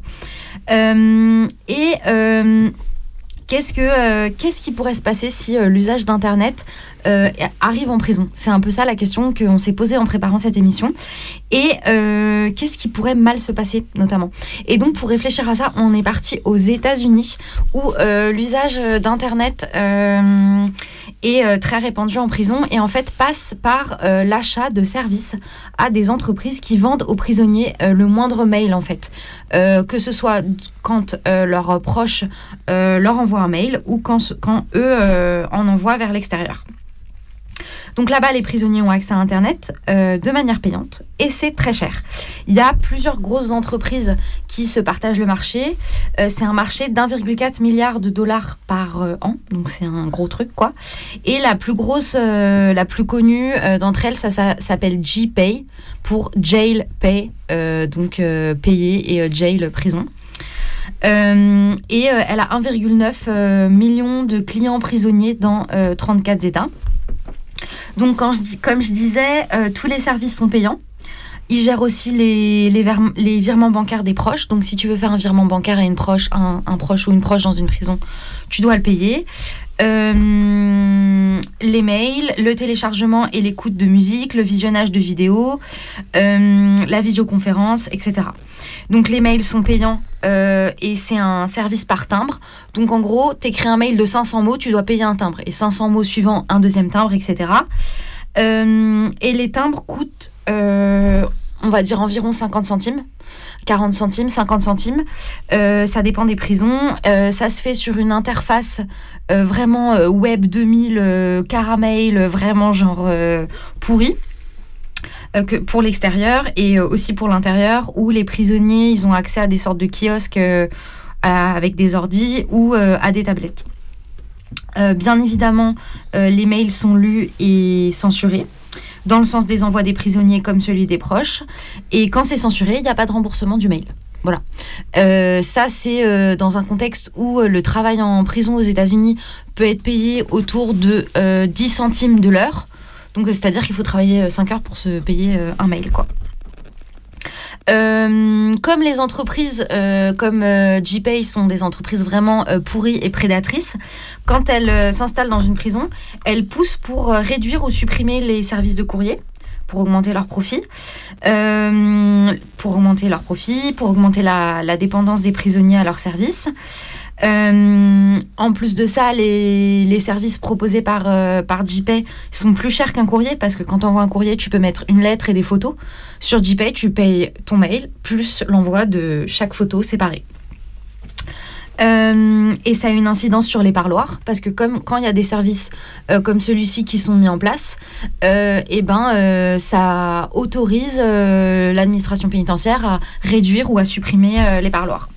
Euh, et euh, Qu'est-ce, que, euh, qu'est-ce qui pourrait se passer si euh, l'usage d'Internet euh, arrive en prison ? C'est un peu ça la question qu'on s'est posée en préparant cette émission. Et euh, qu'est-ce qui pourrait mal se passer, notamment ? Et donc, pour réfléchir à ça, on est parti aux États-Unis, où euh, l'usage d'Internet euh, est euh, très répandu en prison et en fait passe par euh, l'achat de services à des entreprises qui vendent aux prisonniers euh, le moindre mail, en fait. Euh, que ce soit quand euh, leurs proches euh, leur envoient un mail ou quand, quand eux euh, en envoient vers l'extérieur. Donc là-bas, les prisonniers ont accès à Internet euh, de manière payante et c'est très cher. Il y a plusieurs grosses entreprises qui se partagent le marché. Euh, c'est un marché d'un virgule quatre milliard de dollars par euh, an, donc c'est un gros truc, quoi. Et la plus grosse, euh, la plus connue euh, d'entre elles, ça, ça s'appelle G-Pay pour Jail Pay, euh, donc euh, payer et euh, jail, prison. Euh, et euh, elle a un virgule neuf euh, million de clients prisonniers dans euh, trente-quatre États. Donc, quand je dis, comme je disais, euh, tous les services sont payants. Ils gèrent aussi les, les, ver- les virements bancaires des proches. Donc, si tu veux faire un virement bancaire à une proche, un, un proche ou une proche dans une prison, tu dois le payer. Euh, les mails, le téléchargement et l'écoute de musique, le visionnage de vidéos, euh, la visioconférence, et cetera. Donc, les mails sont payants euh, et c'est un service par timbre. Donc, en gros, tu écris un mail de cinq cents mots, tu dois payer un timbre. Et cinq cents mots suivants, un deuxième timbre, et cetera. Euh, et les timbres coûtent, euh, on va dire, environ cinquante centimes. quarante centimes, cinquante centimes. Euh, ça dépend des prisons. Euh, ça se fait sur une interface euh, vraiment euh, Web deux mille, euh, Caramel, vraiment genre euh, pourri. Euh, que pour l'extérieur et euh, aussi pour l'intérieur, où les prisonniers ils ont accès à des sortes de kiosques euh, à, avec des ordis ou euh, à des tablettes. Euh, bien évidemment, euh, les mails sont lus et censurés, dans le sens des envois des prisonniers comme celui des proches. Et quand c'est censuré, il n'y a pas de remboursement du mail. Voilà. Euh, ça, c'est euh, dans un contexte où euh, le travail en prison aux États-Unis peut être payé autour de euh, dix centimes de l'heure. Donc, c'est-à-dire qu'il faut travailler cinq heures pour se payer euh, un mail, quoi. Euh, comme les entreprises euh, comme euh, G-Pay sont des entreprises vraiment euh, pourries et prédatrices, quand elles euh, s'installent dans une prison, elles poussent pour euh, réduire ou supprimer les services de courrier pour augmenter leurs profits, euh, pour augmenter leurs profits, pour augmenter la, la dépendance des prisonniers à leurs services. Euh, en plus de ça, les, les services proposés par, euh, par G-Pay sont plus chers qu'un courrier, parce que quand tu envoies un courrier, tu peux mettre une lettre et des photos. Sur G-Pay, tu payes ton mail plus l'envoi de chaque photo séparée. Euh, et ça a une incidence sur les parloirs, parce que comme, quand il y a des services euh, comme celui-ci qui sont mis en place, euh, et ben, euh, ça autorise euh, l'administration pénitentiaire à réduire ou à supprimer euh, les parloirs.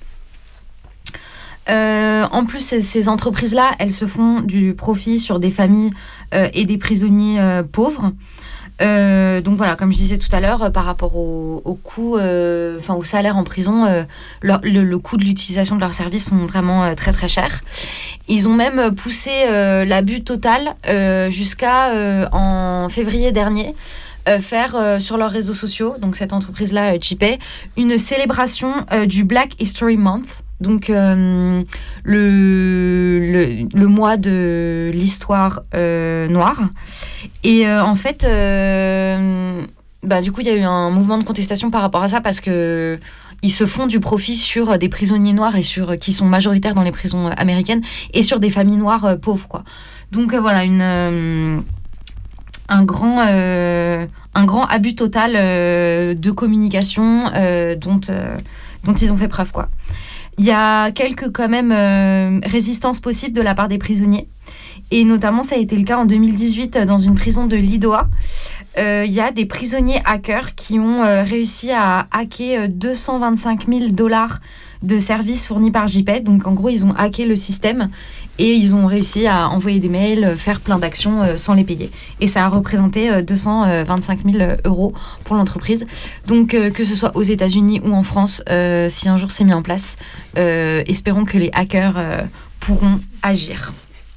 Euh, en plus, ces, ces entreprises-là, elles se font du profit sur des familles euh, et des prisonniers euh, pauvres. Euh, donc voilà, comme je disais tout à l'heure, euh, par rapport au, au coût, euh, enfin au salaire en prison, euh, leur, le, le coût de l'utilisation de leurs services sont vraiment euh, très très chers. Ils ont même poussé euh, l'abus total euh, jusqu'à euh, en février dernier. Euh, faire euh, sur leurs réseaux sociaux, donc cette entreprise-là, euh, G-Pay, une célébration euh, du Black History Month, donc euh, le, le, le mois de l'histoire euh, noire. Et euh, en fait, euh, bah, du coup, il y a eu un mouvement de contestation par rapport à ça parce que ils se font du profit sur des prisonniers noirs et sur qui sont majoritaires dans les prisons américaines et sur des familles noires euh, pauvres, quoi. Donc euh, voilà, une, euh, un, grand, euh, un grand abus total euh, de communication euh, dont, euh, dont ils ont fait preuve, quoi. Il y a quelques quand même euh, résistances possibles de la part des prisonniers. Et notamment, ça a été le cas en deux mille dix-huit dans une prison de l'Idaho. Il euh, y a des prisonniers hackers qui ont euh, réussi à hacker deux cent vingt-cinq mille dollars de services fournis par J P E T. Donc en gros, ils ont hacké le système et ils ont réussi à envoyer des mails, faire plein d'actions euh, sans les payer. Et ça a représenté euh, deux cent vingt-cinq mille euros pour l'entreprise. Donc euh, que ce soit aux États-Unis ou en France, euh, si un jour c'est mis en place, euh, espérons que les hackers euh, pourront agir.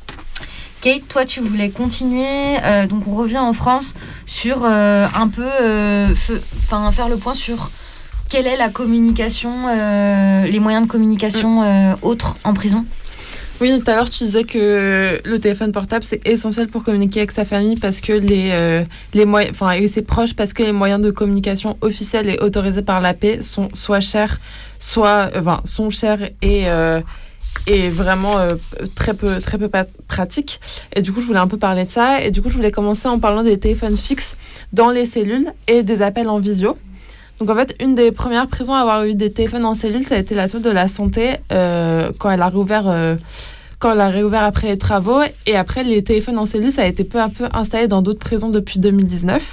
Kate, toi, tu voulais continuer. Euh, donc, on revient en France sur euh, un peu, euh, fe, faire le point sur quelle est la communication, euh, les moyens de communication euh, autres en prison. Oui, tout à l'heure, tu disais que le téléphone portable, c'est essentiel pour communiquer avec sa famille parce que les, euh, les moyens, enfin, avec ses proches, parce que les moyens de communication officiels et autorisés par la paix sont soit chers, soit, enfin, sont chers et euh, et vraiment euh, très peu très peu pratique. Et du coup, je voulais un peu parler de ça. Et du coup, je voulais commencer en parlant des téléphones fixes dans les cellules et des appels en visio. Donc en fait, une des premières prisons à avoir eu des téléphones en cellule, ça a été la tour de la santé euh, quand elle a réouvert euh, quand elle a réouvert après les travaux. Et après, les téléphones en cellule, ça a été peu à peu installé dans d'autres prisons depuis deux mille dix-neuf.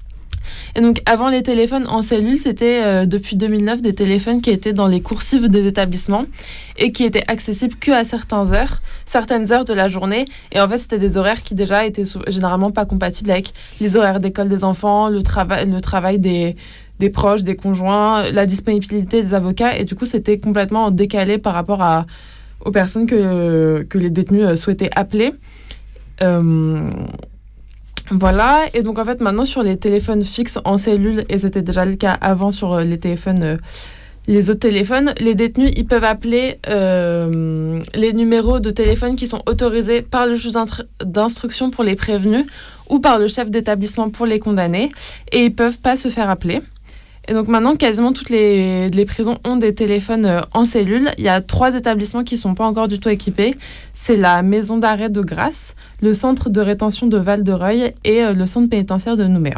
Et donc, avant les téléphones en cellule, c'était euh, depuis deux mille neuf des téléphones qui étaient dans les coursives des établissements et qui étaient accessibles qu'à certaines heures, certaines heures de la journée. Et en fait, c'était des horaires qui déjà étaient sou- généralement pas compatibles avec les horaires d'école des enfants, le, trava- le travail des, des proches, des conjoints, la disponibilité des avocats. Et du coup, c'était complètement décalé par rapport à, aux personnes que, que les détenus souhaitaient appeler. Euh... Voilà, et donc en fait maintenant sur les téléphones fixes en cellule, et c'était déjà le cas avant sur les téléphones, euh, les autres téléphones, les détenus ils peuvent appeler euh, les numéros de téléphone qui sont autorisés par le juge d'instruction pour les prévenus ou par le chef d'établissement pour les condamnés, et ils peuvent pas se faire appeler. Et donc maintenant, quasiment toutes les, les prisons ont des téléphones euh, en cellule. Il y a trois établissements qui ne sont pas encore du tout équipés. C'est la maison d'arrêt de Grasse, le centre de rétention de Val-de-Reuil et euh, le centre pénitentiaire de Nouméa.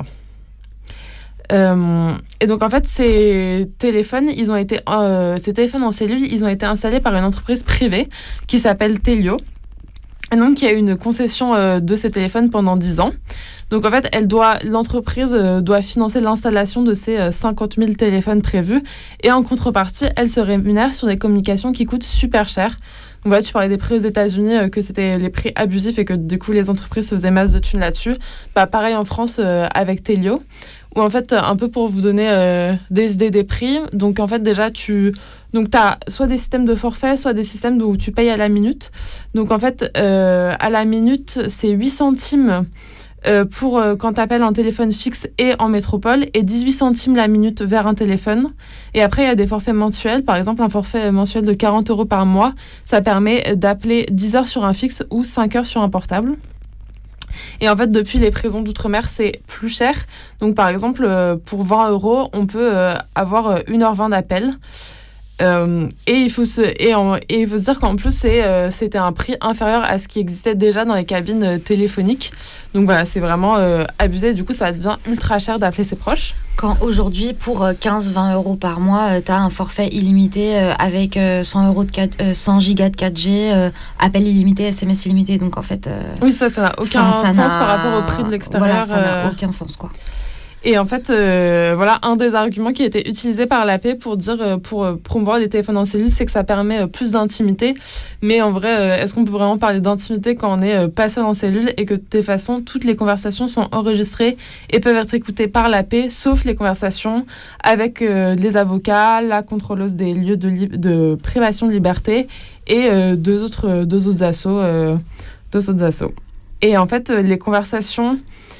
Euh, et donc en fait, ces téléphones, ils ont été, euh, ces téléphones en cellule, ils ont été installés par une entreprise privée qui s'appelle Telio. Et donc, il y a eu une concession euh, de ces téléphones pendant dix ans. Donc, en fait, elle doit, l'entreprise euh, doit financer l'installation de ces euh, cinquante mille téléphones prévus. Et en contrepartie, elle se rémunère sur des communications qui coûtent super cher. Donc, voilà, tu parlais des prix aux États-Unis, euh, que c'était les prix abusifs et que du coup, les entreprises se faisaient masse de thunes là-dessus. Bah, pareil en France euh, avec Telio. Ou en fait, un peu pour vous donner euh, des idées des prix. Donc, en fait, déjà, tu donc as soit des systèmes de forfait, soit des systèmes où tu payes à la minute. Donc, en fait, euh, à la minute, c'est huit centimes euh, pour euh, quand tu appelles un téléphone fixe et en métropole et dix-huit centimes la minute vers un téléphone. Et après, il y a des forfaits mensuels. Par exemple, un forfait mensuel de quarante euros par mois, ça permet d'appeler dix heures sur un fixe ou cinq heures sur un portable. Et en fait, depuis les prisons d'outre-mer, c'est plus cher. Donc, par exemple, euh, pour vingt euros, on peut euh, avoir euh, une heure vingt d'appel. Euh, et, il faut se, et, en, et il faut se dire qu'en plus, c'est, euh, c'était un prix inférieur à ce qui existait déjà dans les cabines euh, téléphoniques. Donc voilà, c'est vraiment euh, abusé. Du coup, ça devient ultra cher d'appeler ses proches. Quand aujourd'hui, pour quinze à vingt euros par mois, euh, tu as un forfait illimité euh, avec euh, cent, euros de quatre, euh, cent gigas de quatre G, euh, appel illimité, S M S illimité. Donc en fait. Euh, oui, ça, ça n'a aucun ça sens n'a... par rapport au prix de l'extérieur. Voilà, ça n'a euh... aucun sens, quoi. Et en fait, euh, voilà, un des arguments qui a été utilisé par l'A P pour dire, euh, pour euh, promouvoir les téléphones en cellule, c'est que ça permet euh, plus d'intimité. Mais en vrai, euh, est-ce qu'on peut vraiment parler d'intimité quand on n'est euh, pas seul en cellule et que de toute façon, toutes les conversations sont enregistrées et peuvent être écoutées par l'A P, sauf les conversations avec euh, les avocats, la contrôleuse des lieux de, li- de privation de liberté et euh, deux autres, euh, deux autres assos, euh, deux autres assos. Et en fait, euh, les conversations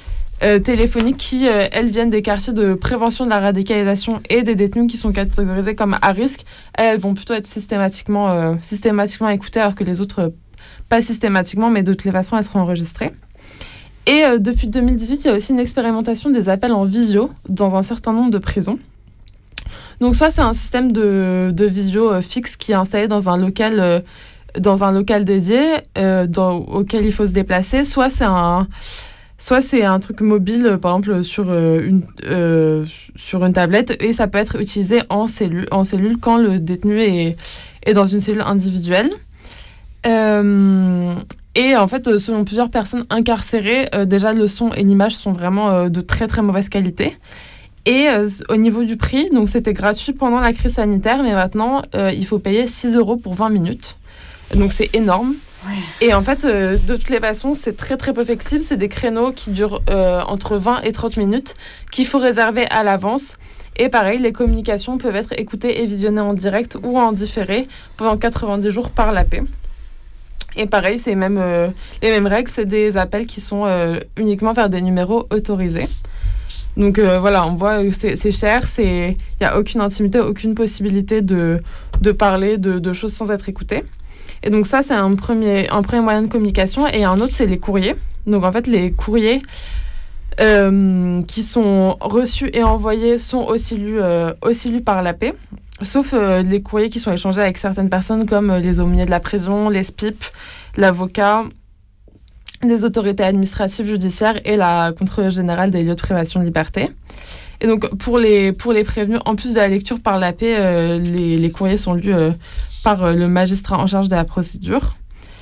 euh, téléphoniques qui, euh, elles, viennent des quartiers de prévention de la radicalisation et des détenus qui sont catégorisés comme à risque. Elles vont plutôt être systématiquement, euh, systématiquement écoutées, alors que les autres, euh, pas systématiquement, mais de toutes les façons, elles seront enregistrées. Et euh, depuis deux mille dix-huit, il y a aussi une expérimentation des appels en visio dans un certain nombre de prisons. Donc soit c'est un système de, de visio euh, fixe qui est installé dans un local, euh, dans un local dédié euh, dans, auquel il faut se déplacer, soit c'est un, soit c'est un truc mobile, euh, par exemple sur, euh, une, euh, sur une tablette, et ça peut être utilisé en cellule, en cellule quand le détenu est, est dans une cellule individuelle. Euh, et en fait, selon plusieurs personnes incarcérées, euh, déjà le son et l'image sont vraiment euh, de très très mauvaise qualité. Et euh, au niveau du prix, donc c'était gratuit pendant la crise sanitaire, mais maintenant, euh, il faut payer six euros pour vingt minutes. Donc c'est énorme. Ouais. Et en fait, euh, de toutes les façons, c'est très très peu flexible. C'est des créneaux qui durent euh, entre vingt et trente minutes, qu'il faut réserver à l'avance. Et pareil, les communications peuvent être écoutées et visionnées en direct ou en différé pendant quatre-vingt-dix jours par l'A P. Et pareil, c'est même, euh, les mêmes règles, c'est des appels qui sont euh, uniquement vers des numéros autorisés. Donc euh, voilà, on voit que c'est, c'est cher, il n'y a aucune intimité, aucune possibilité de, de parler de, de choses sans être écouté. Et donc ça, c'est un premier, un premier moyen de communication. Et un autre, c'est les courriers. Donc en fait, les courriers euh, qui sont reçus et envoyés sont aussi lus, euh, aussi lus par l'A P, sauf euh, les courriers qui sont échangés avec certaines personnes comme euh, les aumôniers de la prison, les S P I P, l'avocat, des autorités administratives, judiciaires et la contrôleure générale des lieux de privation de liberté. Et donc, pour les, pour les prévenus, en plus de la lecture par l'A P, euh, les, les courriers sont lus euh, par euh, le magistrat en charge de la procédure.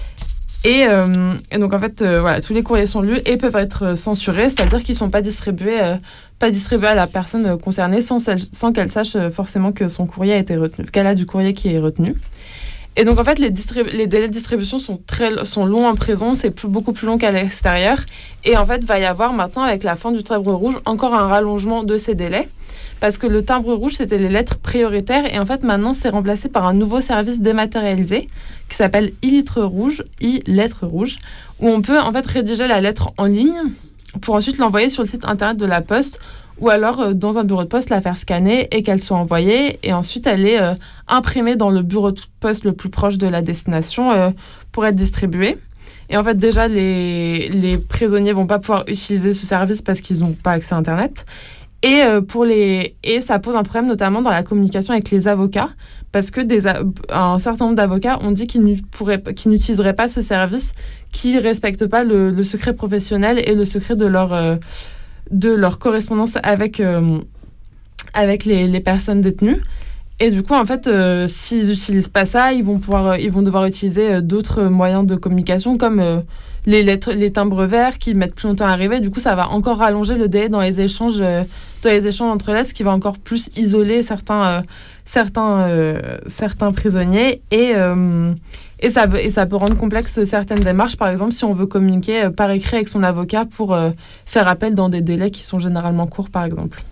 Et, euh, et donc, en fait, euh, voilà, tous les courriers sont lus et peuvent être censurés, c'est-à-dire qu'ils ne sont pas distribués, euh, pas distribués à la personne concernée sans, sans qu'elle sache forcément que son courrier a été retenu, qu'elle a du courrier qui est retenu. Et donc, en fait, les, distribu- les délais de distribution sont, très, sont longs en prison, c'est plus, beaucoup plus long qu'à l'extérieur. Et en fait, il va y avoir maintenant, avec la fin du timbre rouge, encore un rallongement de ces délais. Parce que le timbre rouge, c'était les lettres prioritaires. Et en fait, maintenant, c'est remplacé par un nouveau service dématérialisé qui s'appelle e-lettre rouge, e-lettre rouge, où on peut, en fait, rédiger la lettre en ligne pour ensuite l'envoyer sur le site internet de la Poste, ou alors euh, dans un bureau de poste, la faire scanner et qu'elle soit envoyée. Et ensuite, elle est euh, imprimée dans le bureau de poste le plus proche de la destination euh, pour être distribuée. Et en fait, déjà, les, les prisonniers ne vont pas pouvoir utiliser ce service parce qu'ils n'ont pas accès à Internet. Et, euh, pour les... et ça pose un problème notamment dans la communication avec les avocats, parce que des a... un certain nombre d'avocats ont dit qu'ils, qu'ils n'utiliseraient pas ce service, qui ne respectent pas le, le secret professionnel et le secret de leur... Euh, de leur correspondance avec, euh, avec les, les personnes détenues. Et du coup, en fait, euh, s'ils n'utilisent pas ça, ils vont, pouvoir, euh, ils vont devoir utiliser euh, d'autres moyens de communication, comme euh, les, lettres, les timbres verts qui mettent plus longtemps à arriver. Du coup, ça va encore rallonger le délai dans les échanges, euh, dans les échanges entre les, ce qui va encore plus isoler certains, euh, certains, euh, certains prisonniers. Et... Euh, Et ça, et ça peut rendre complexe certaines démarches. Par exemple, si on veut communiquer par écrit avec son avocat pour euh, faire appel dans des délais qui sont généralement courts, par exemple.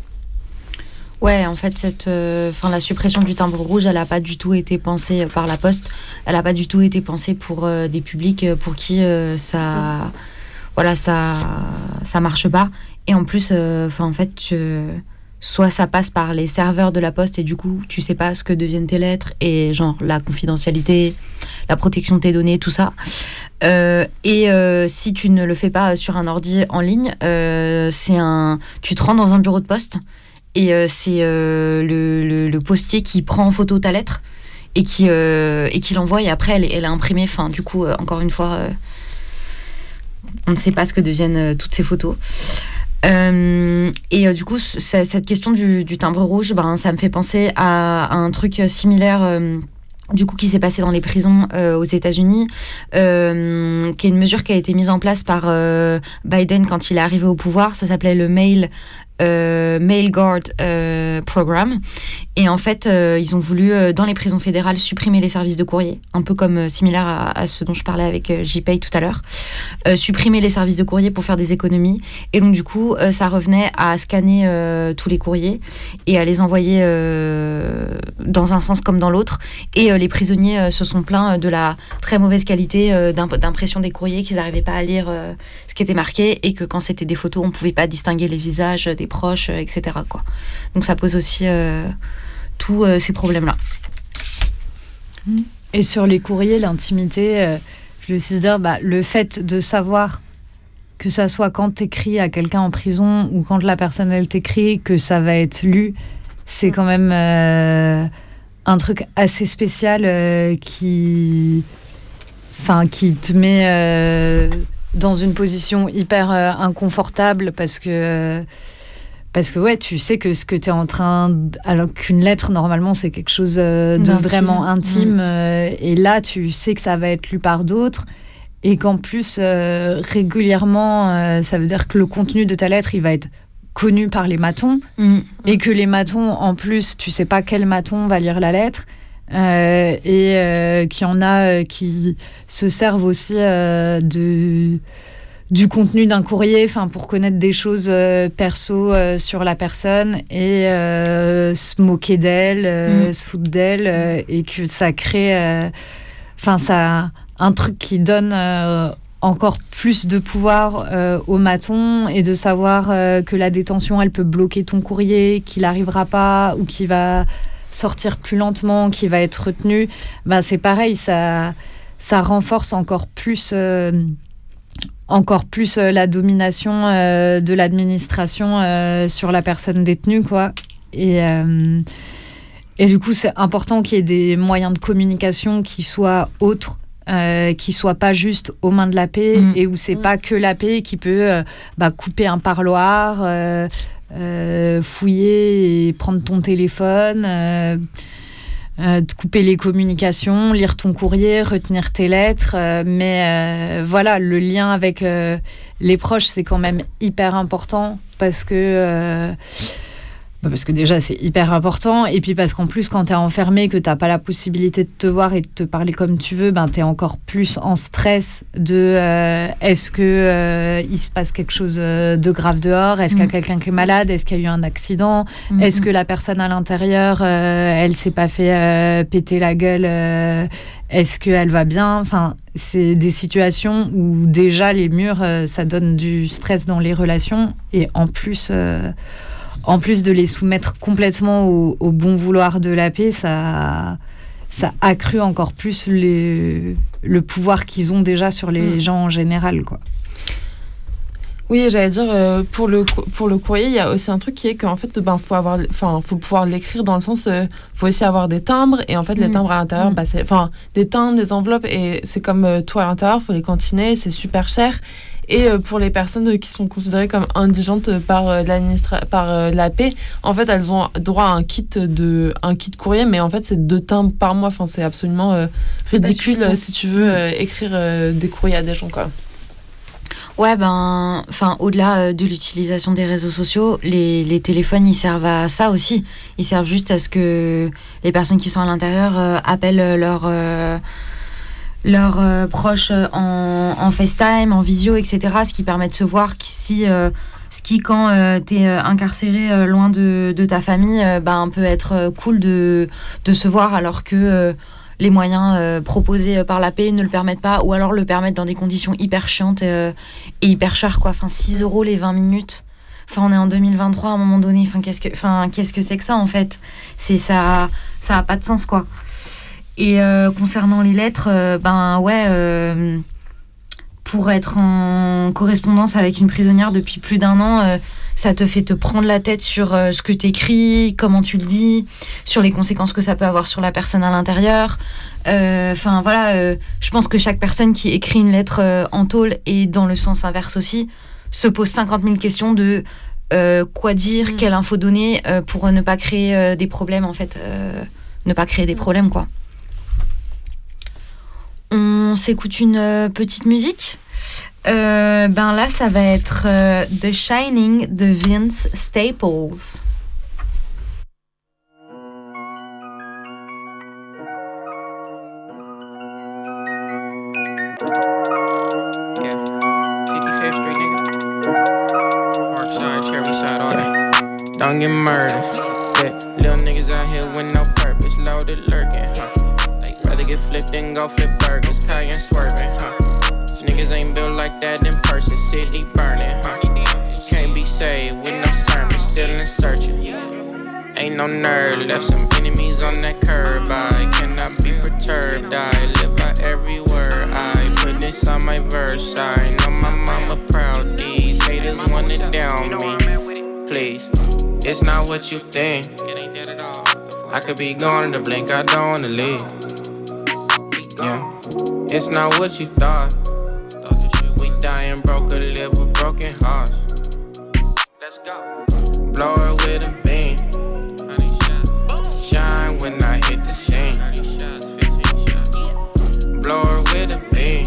Ouais, en fait, cette, euh, la suppression du timbre rouge, elle n'a pas du tout été pensée par la Poste. Elle n'a pas du tout été pensée pour euh, des publics pour qui euh, ça, voilà, ça, ça marche pas. Et en plus, euh, en fait... Euh, soit ça passe par les serveurs de la Poste et du coup, tu sais pas ce que deviennent tes lettres et genre la confidentialité, la protection de tes données, tout ça. Euh, et euh, si tu ne le fais pas sur un ordi en ligne, euh, c'est un, tu te rends dans un bureau de poste et euh, c'est euh, le, le, le postier qui prend en photo ta lettre et qui, euh, et qui l'envoie et après elle, elle est imprimée. Enfin, du coup, euh, encore une fois, euh, on ne sait pas ce que deviennent euh, toutes ces photos. Euh, et euh, du coup, c- cette question du, du timbre rouge, ben, ça me fait penser à, à un truc similaire euh, du coup, qui s'est passé dans les prisons euh, aux États-Unis, euh, qui est une mesure qui a été mise en place par euh, Biden quand il est arrivé au pouvoir. Ça s'appelait le Mail euh, Mail Guard euh, Program. Et en fait, euh, ils ont voulu, euh, dans les prisons fédérales, supprimer les services de courrier, un peu comme euh, similaire à, à ce dont je parlais avec euh, J-Pay tout à l'heure. Euh, supprimer les services de courrier pour faire des économies. Et donc, du coup, euh, ça revenait à scanner euh, tous les courriers et à les envoyer euh, dans un sens comme dans l'autre. Et euh, les prisonniers euh, se sont plaints de la très mauvaise qualité euh, d'imp- d'impression des courriers, qu'ils n'arrivaient pas à lire euh, ce qui était marqué et que quand c'était des photos, on ne pouvait pas distinguer les visages des proches, euh, et cetera, quoi. Donc, ça pose aussi euh, tous euh, ces problèmes-là. Et sur les courriers, l'intimité, euh, je veux aussi dire, bah, le fait de savoir que ça soit quand t'écris à quelqu'un en prison ou quand la personne elle t'écrit que ça va être lu, c'est quand même euh, un truc assez spécial euh, qui, enfin, qui te met euh, dans une position hyper euh, inconfortable parce que parce que ouais, tu sais que ce que t'es en train, d- alors qu'une lettre normalement c'est quelque chose euh, de D'intime. vraiment intime, Mmh. euh, et là tu sais que ça va être lu par d'autres. Et qu'en plus, euh, régulièrement, euh, ça veut dire que le contenu de ta lettre, il va être connu par les matons. Mmh. Et que les matons, en plus, tu sais pas quel maton va lire la lettre. Euh, et euh, qu'il y en a euh, qui se servent aussi euh, de, du contenu d'un courrier, enfin, pour connaître des choses euh, perso euh, sur la personne et euh, se moquer d'elle, euh, Mmh. se foutre d'elle, euh, et que ça crée... Enfin, ça... un truc qui donne euh, encore plus de pouvoir euh, aux matons et de savoir euh, que la détention, elle peut bloquer ton courrier, qu'il n'arrivera pas ou qu'il va sortir plus lentement, qu'il va être retenu. Ben, c'est pareil, ça, ça renforce encore plus, euh, encore plus euh, la domination euh, de l'administration euh, sur la personne détenue, quoi. Et... Euh, et du coup, c'est important qu'il y ait des moyens de communication qui soient autres, Euh, qui soit pas juste aux mains de la paix, mmh. et où c'est mmh. pas que la paix qui peut euh, bah, couper un parloir, euh, euh, fouiller et prendre ton téléphone, euh, euh, te couper les communications, lire ton courrier, retenir tes lettres, euh, mais euh, voilà, le lien avec euh, les proches, c'est quand même hyper important parce que euh, parce que déjà c'est hyper important, et puis parce qu'en plus quand t'es enfermé, que t'as pas la possibilité de te voir et de te parler comme tu veux, ben t'es encore plus en stress de euh, est-ce que euh, il se passe quelque chose de grave dehors, est-ce mmh. qu'il y a quelqu'un qui est malade, est-ce qu'il y a eu un accident, mmh. est-ce que la personne à l'intérieur euh, elle s'est pas fait euh, péter la gueule, euh, est-ce qu'elle va bien, enfin c'est des situations où déjà les murs euh, ça donne du stress dans les relations, et en plus euh, En plus de les soumettre complètement au, au bon vouloir de la paix, ça, ça accrue encore plus les, le pouvoir qu'ils ont déjà sur les mmh. gens en général, quoi. Oui, j'allais dire, euh, pour, le, pour le courrier, il y a aussi un truc qui est qu'en fait, ben, faut, avoir, faut pouvoir l'écrire dans le sens, il euh, faut aussi avoir des timbres, et en fait, mmh. les timbres à l'intérieur, mmh. bah, c'est, enfin, des timbres, des enveloppes, et c'est comme euh, tout à l'intérieur, il faut les cantiner, c'est super cher. Et euh, pour les personnes qui sont considérées comme indigentes par, euh, l'administra- par euh, la paix, en fait, elles ont droit à un kit de, un kit courrier, mais en fait, c'est deux timbres par mois. Enfin, c'est absolument euh, ridicule euh, si tu veux euh, écrire euh, des courriers à des gens, quoi. Ouais, ben, enfin, au-delà euh, de l'utilisation des réseaux sociaux, les, les téléphones, ils servent à ça aussi. Ils servent juste à ce que les personnes qui sont à l'intérieur euh, appellent leur... Euh, leurs euh, proches en, en FaceTime, en visio, et cetera, ce qui permet de se voir si, euh, ce qui, quand euh, t'es incarcéré euh, loin de, de ta famille, euh, ben, peut être cool de, de se voir, alors que euh, les moyens euh, proposés par la paix ne le permettent pas, ou alors le permettent dans des conditions hyper chiantes euh, et hyper chères, quoi. Enfin, six euros les vingt minutes. Enfin, on est en deux mille vingt-trois à un moment donné. Enfin, qu'est-ce que, enfin, qu'est-ce que c'est que ça, en fait ? C'est, ça, ça a pas de sens, quoi. Et euh, concernant les lettres, euh, ben ouais, euh, pour être en correspondance avec une prisonnière depuis plus d'un an, euh, ça te fait te prendre la tête sur euh, ce que t'écris, comment tu le dis, sur les conséquences que ça peut avoir sur la personne à l'intérieur. Enfin euh, voilà, euh, je pense que chaque personne qui écrit une lettre euh, en tôle, et dans le sens inverse aussi, se pose cinquante mille questions de euh, quoi dire, mmh. quelle info donner euh, pour ne pas créer euh, des problèmes, en fait, euh, ne pas créer des problèmes, quoi. On s'écoute une euh, petite musique. Euh, ben là, ça va être euh, The Shining de Vince Staples. Don't get murdered. Yeah, little niggas out here with no purpose, loaded lurking, huh? They rather get flipped than go flip burgers, cayenne swerving, huh? Niggas ain't built like that in person, city burning, huh? Can't be saved with no sermon, still in searching. Ain't no nerd, left some enemies on that curb. I cannot be perturbed, I live by every word. I put this on my verse, I know my mama proud. These haters want it down me, please. It's not what you think. I could be gone in the blink, I don't wanna leave. Yeah, it's not what you thought. We dying broke, could live with broken hearts. Let's go. Blow her with a beam. Shine when I hit the scene. Blow her with a beam.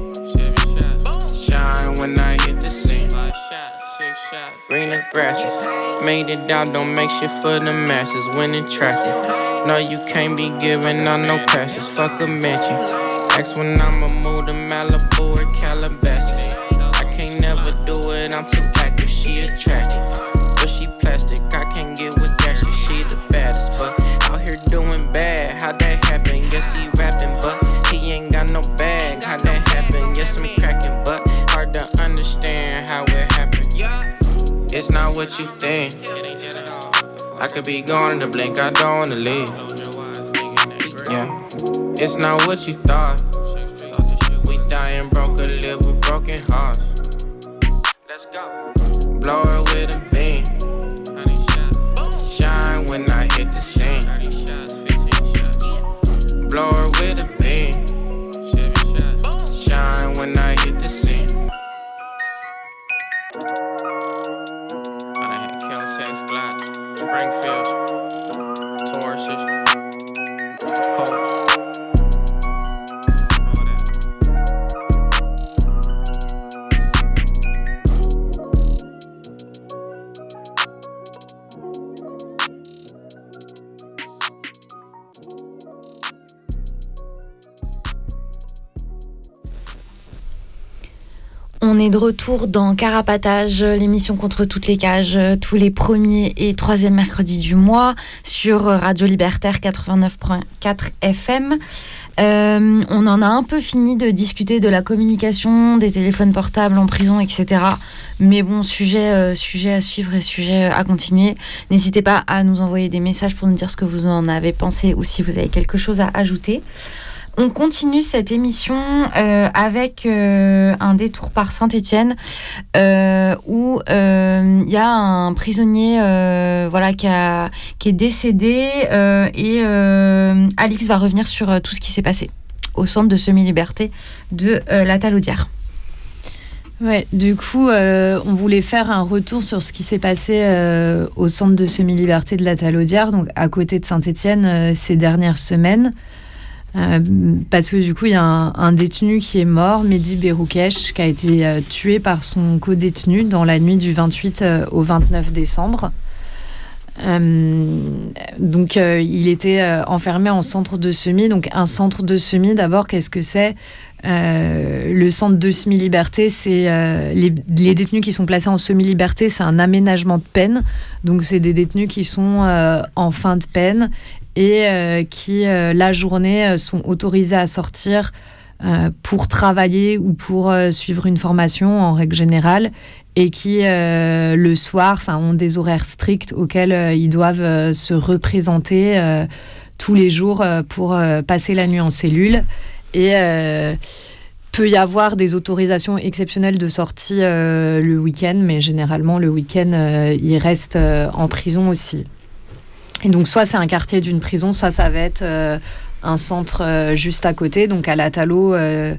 Shine when I hit the scene. Greener grasses, made it out, don't make shit for the masses. Winning traffic, no you can't be giving on no passes. Fuck a mansion, ask when I'ma move to Malibu or Calabasas. I can't never do it, I'm too active, she attractive. But she plastic, I can't get with that shit, she the baddest. But out here doing bad, how'd that happen? Yes he rapping, but he ain't got no bag. How'd that happen? Yes I'm cracking, but hard to understand how it happened. It's not what you think. I could be gone in the blink, I don't wanna leave. Yeah, it's not what you thought. We dying broke, could live with broken hearts. Let's go. Blow her with a beam. Shine when I hit the scene. Blow her with a beam. Shine when I hit the scene. Springfield, Tauruses, Colts. On est de retour dans Carapatage, l'émission contre toutes les cages, tous les premiers et troisième mercredis du mois sur Radio Libertaire quatre-vingt-neuf virgule quatre F M. Euh, on en a un peu fini de discuter de la communication, des téléphones portables en prison, et cetera. Mais bon, sujet, euh, sujet à suivre et sujet à continuer. N'hésitez pas à nous envoyer des messages pour nous dire ce que vous en avez pensé ou si vous avez quelque chose à ajouter. On continue cette émission euh, avec euh, un détour par Saint-Étienne euh, où il euh, y a un prisonnier euh, voilà, qui, a, qui est décédé euh, et euh, Alix va revenir sur euh, tout ce qui s'est passé au centre de semi-liberté de euh, la Talaudière. Ouais, du coup, euh, on voulait faire un retour sur ce qui s'est passé euh, au centre de semi-liberté de la Talaudière, donc à côté de Saint-Étienne, euh, ces dernières semaines. Euh, parce que du coup il y a un, un détenu qui est mort, Mehdi Beroukesh, qui a été euh, tué par son co-détenu dans la nuit du vingt-huit euh, au vingt-neuf décembre. Euh, donc euh, il était euh, enfermé en centre de semi. Donc un centre de semi, d'abord, qu'est-ce que c'est ? Euh, le centre de semi-liberté, c'est euh, les, les détenus qui sont placés en semi-liberté, c'est un aménagement de peine. Donc c'est des détenus qui sont euh, en fin de peine et euh, qui, euh, la journée, euh, sont autorisés à sortir euh, pour travailler ou pour euh, suivre une formation en règle générale, et qui, euh, le soir, ont des horaires stricts auxquels euh, ils doivent euh, se représenter euh, tous les jours euh, pour euh, passer la nuit en cellule. Et euh, peut y avoir des autorisations exceptionnelles de sortie euh, le week-end, mais généralement, le week-end, euh, ils restent euh, en prison aussi. Et donc, soit c'est un quartier d'une prison, soit ça va être euh, un centre euh, juste à côté. Donc, à la Talo, euh,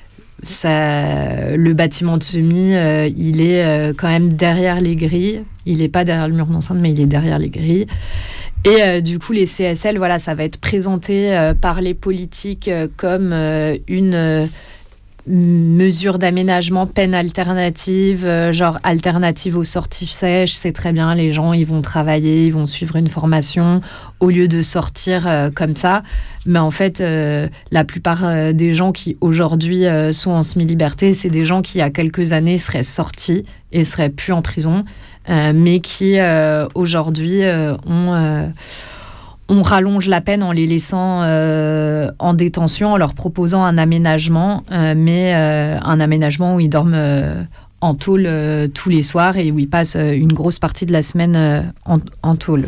ça, le bâtiment de semi, euh, il est euh, quand même derrière les grilles. Il n'est pas derrière le mur d'enceinte, mais il est derrière les grilles. Et euh, du coup, les C S L, voilà, ça va être présenté euh, par les politiques euh, comme euh, une... Euh, mesures d'aménagement, peine alternative, euh, genre alternative aux sorties sèches, c'est très bien, les gens ils vont travailler, ils vont suivre une formation au lieu de sortir euh, comme ça. Mais en fait, euh, la plupart euh, des gens qui aujourd'hui euh, sont en semi-liberté, c'est des gens qui il y a quelques années seraient sortis et seraient plus en prison, euh, mais qui euh, aujourd'hui euh, ont... Euh, on rallonge la peine en les laissant euh, en détention, en leur proposant un aménagement, euh, mais euh, un aménagement où ils dorment euh, en tôle euh, tous les soirs et où ils passent euh, une grosse partie de la semaine euh, en, en tôle.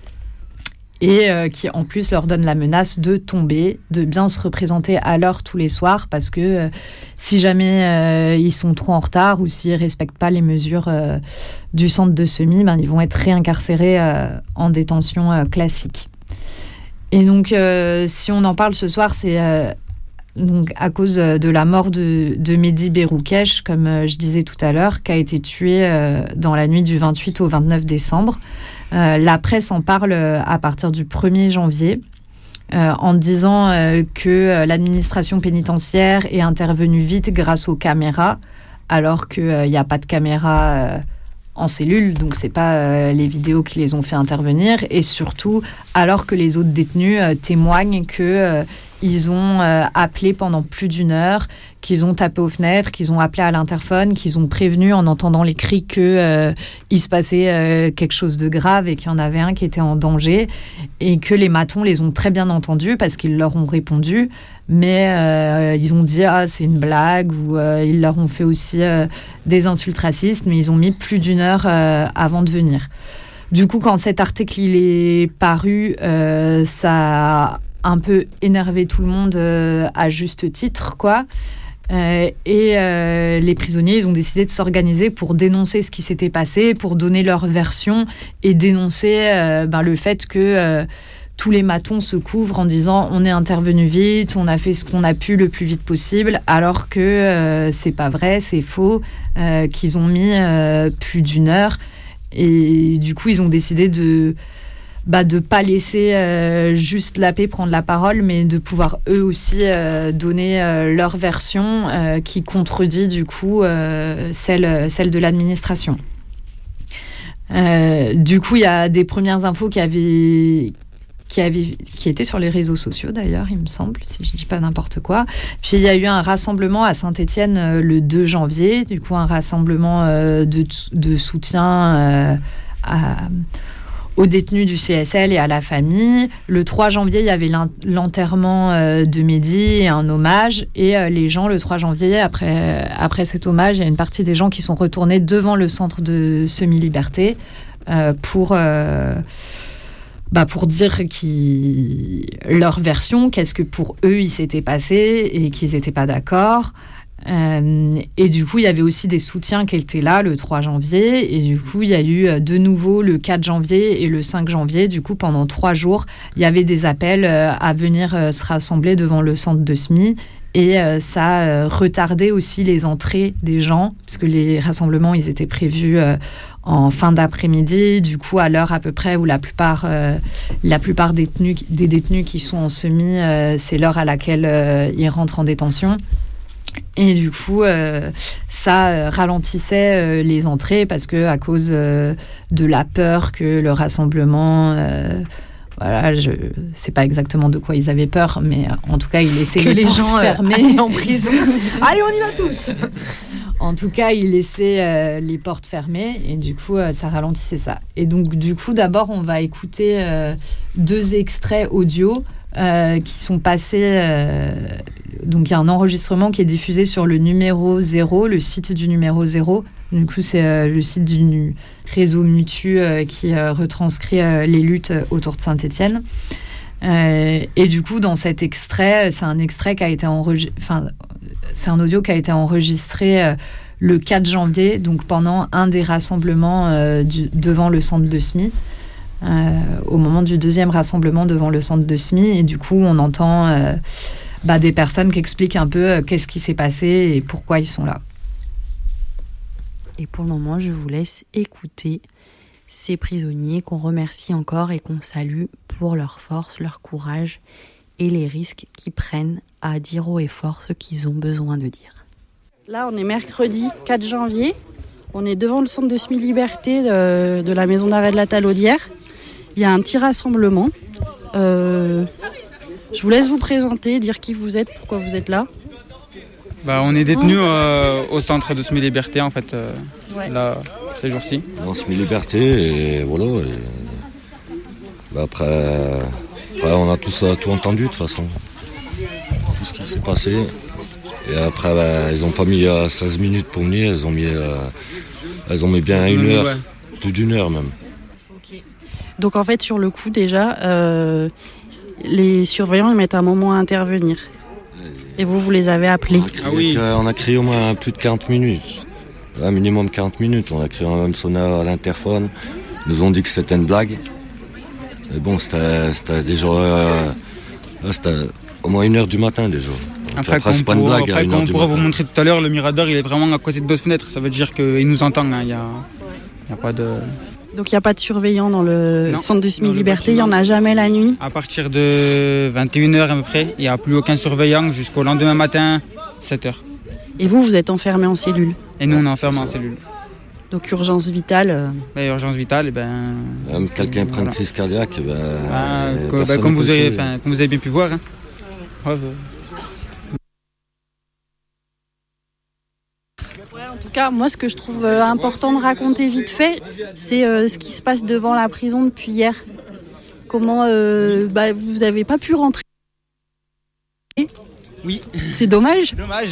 Et euh, qui en plus leur donne la menace de tomber, de bien se représenter à l'heure tous les soirs, parce que euh, si jamais euh, ils sont trop en retard ou s'ils ne respectent pas les mesures euh, du centre de semi, ben, ils vont être réincarcérés euh, en détention euh, classique. Et donc, euh, si on en parle ce soir, c'est euh, donc à cause de la mort de, de Mehdi Beroukesh, comme euh, je disais tout à l'heure, qui a été tué euh, dans la nuit du vingt-huit au vingt-neuf décembre. Euh, la presse en parle à partir du premier janvier, euh, en disant euh, que l'administration pénitentiaire est intervenue vite grâce aux caméras, alors qu'il n'y a pas de caméras... Euh, en cellule, donc c'est pas euh, les vidéos qui les ont fait intervenir, et surtout alors que les autres détenus euh, témoignent que euh, ils ont euh, appelé pendant plus d'une heure, qu'ils ont tapé aux fenêtres, qu'ils ont appelé à l'interphone, qu'ils ont prévenu en entendant les cris que euh, il se passait euh, quelque chose de grave et qu'il y en avait un qui était en danger, et que les matons les ont très bien entendus parce qu'ils leur ont répondu, mais euh, ils ont dit ah c'est une blague, ou euh, ils leur ont fait aussi euh, des insultes racistes, mais ils ont mis plus d'une heure euh, avant de venir. Du coup, quand cet article il est paru, euh, ça a un peu énervé tout le monde euh, à juste titre, quoi. Euh, et euh, les prisonniers, ils ont décidé de s'organiser pour dénoncer ce qui s'était passé, pour donner leur version et dénoncer euh, ben, le fait que euh, tous les matons se couvrent en disant on est intervenu vite, on a fait ce qu'on a pu le plus vite possible, alors que euh, c'est pas vrai, c'est faux, euh, qu'ils ont mis euh, plus d'une heure. Et du coup, ils ont décidé de bah, de pas laisser euh, juste la paix prendre la parole, mais de pouvoir eux aussi euh, donner euh, leur version euh, qui contredit du coup euh, celle, celle de l'administration. Euh, du coup, il y a des premières infos qui avaient... Qui, avait, qui était sur les réseaux sociaux d'ailleurs, il me semble, si je ne dis pas n'importe quoi. Puis il y a eu un rassemblement à Saint-Étienne euh, le deux janvier, du coup un rassemblement euh, de, de soutien euh, à, aux détenus du C S L et à la famille. Le trois janvier, il y avait l'enterrement euh, de Mehdi et un hommage. Et euh, les gens, le trois janvier, après, après cet hommage, il y a une partie des gens qui sont retournés devant le centre de semi-liberté euh, pour... Euh, Bah pour dire qui... leur version, qu'est-ce que pour eux il s'était passé et qu'ils n'étaient pas d'accord. Euh, et du coup, il y avait aussi des soutiens qui étaient là le trois janvier. Et du coup, il y a eu de nouveau le quatre janvier et le cinq janvier. Du coup, pendant trois jours, il y avait des appels à venir se rassembler devant le centre de S M I. Et euh, ça euh, retardait aussi les entrées des gens, parce que les rassemblements, ils étaient prévus euh, en fin d'après-midi, du coup à l'heure à peu près où la plupart, euh, la plupart des, détenus, des détenus qui sont en semi, euh, c'est l'heure à laquelle euh, ils rentrent en détention. Et du coup, euh, ça euh, ralentissait euh, les entrées, parce que à cause euh, de la peur que le rassemblement... Euh, Voilà, je sais pas exactement de quoi ils avaient peur, mais en tout cas, ils laissaient que les, les portes gens fermées. euh, en prison. Allez, on y va tous. En tout cas, ils laissaient euh, les portes fermées et du coup, euh, ça ralentissait ça. Et donc, du coup, d'abord, on va écouter euh, deux extraits audio euh, qui sont passés. Euh, donc, il y a un enregistrement qui est diffusé sur le numéro zéro, le site du numéro zéro. Du coup, c'est euh, le site du réseau Mutu euh, qui euh, retranscrit euh, les luttes autour de Saint-Étienne. Euh, et du coup, dans cet extrait, c'est un extrait qui a été enregistré, enfin, c'est un audio qui a été enregistré euh, le quatre janvier, donc pendant un des rassemblements euh, du, devant le centre de S M I, euh, au moment du deuxième rassemblement devant le centre de S M I. Et du coup, on entend euh, bah, des personnes qui expliquent un peu euh, qu'est-ce qui s'est passé et pourquoi ils sont là. Et pour le moment, je vous laisse écouter ces prisonniers qu'on remercie encore et qu'on salue pour leur force, leur courage et les risques qu'ils prennent à dire haut et fort ce qu'ils ont besoin de dire. Là, on est mercredi quatre janvier. On est devant le centre de semi-liberté de, de la maison d'arrêt de la Talaudière. Il y a un petit rassemblement. Euh, je vous laisse vous présenter, dire qui vous êtes, pourquoi vous êtes là. Bah, on est détenus euh, au centre de semi-liberté en fait, euh, ouais. là, ces jours-ci. En semi-liberté et voilà. Et... Bah, après, après, on a tout, ça, tout entendu de toute façon. Tout ce qui s'est passé. Et après, bah, ils n'ont pas mis euh, seize minutes pour venir, ils ont mis, euh, ils ont mis bien une heure, ouais. Plus d'une heure même. Okay. Donc en fait, sur le coup déjà, euh, les surveillants ils mettent un moment à intervenir. Et vous, vous les avez appelés. On a crié, ah oui. On a crié au moins plus de quarante minutes. Un minimum quarante minutes. On a crié un sonore à l'interphone. Ils nous ont dit que c'était une blague. Mais bon, c'était, c'était déjà... Euh, c'était au moins une heure du matin déjà. Après, après c'est pas une blague. Après, comme on pourra vous montrer tout à l'heure, le mirador, il est vraiment à côté de votre fenêtre. Ça veut dire qu'il nous entend. Hein. Il n'y a, il y a pas de... Donc il n'y a pas de surveillant dans le non, centre de semi-liberté, il n'y en a jamais la nuit. À partir de vingt et une heures à peu près, il n'y a plus aucun surveillant jusqu'au lendemain matin, sept heures. Et vous, vous êtes enfermé en cellule? Et nous, on est enfermé en cellule. Donc urgence vitale euh... ben, Urgence vitale, et ben... Même quelqu'un prend une crise cardiaque, ben... Ah, que, ben comme, vous avez, comme vous avez bien pu voir. Hein. Ouais, En tout cas, moi, ce que je trouve euh, important de raconter vite fait, c'est euh, ce qui se passe devant la prison depuis hier. Comment euh, bah, vous n'avez pas pu rentrer. Oui. C'est dommage. C'est dommage.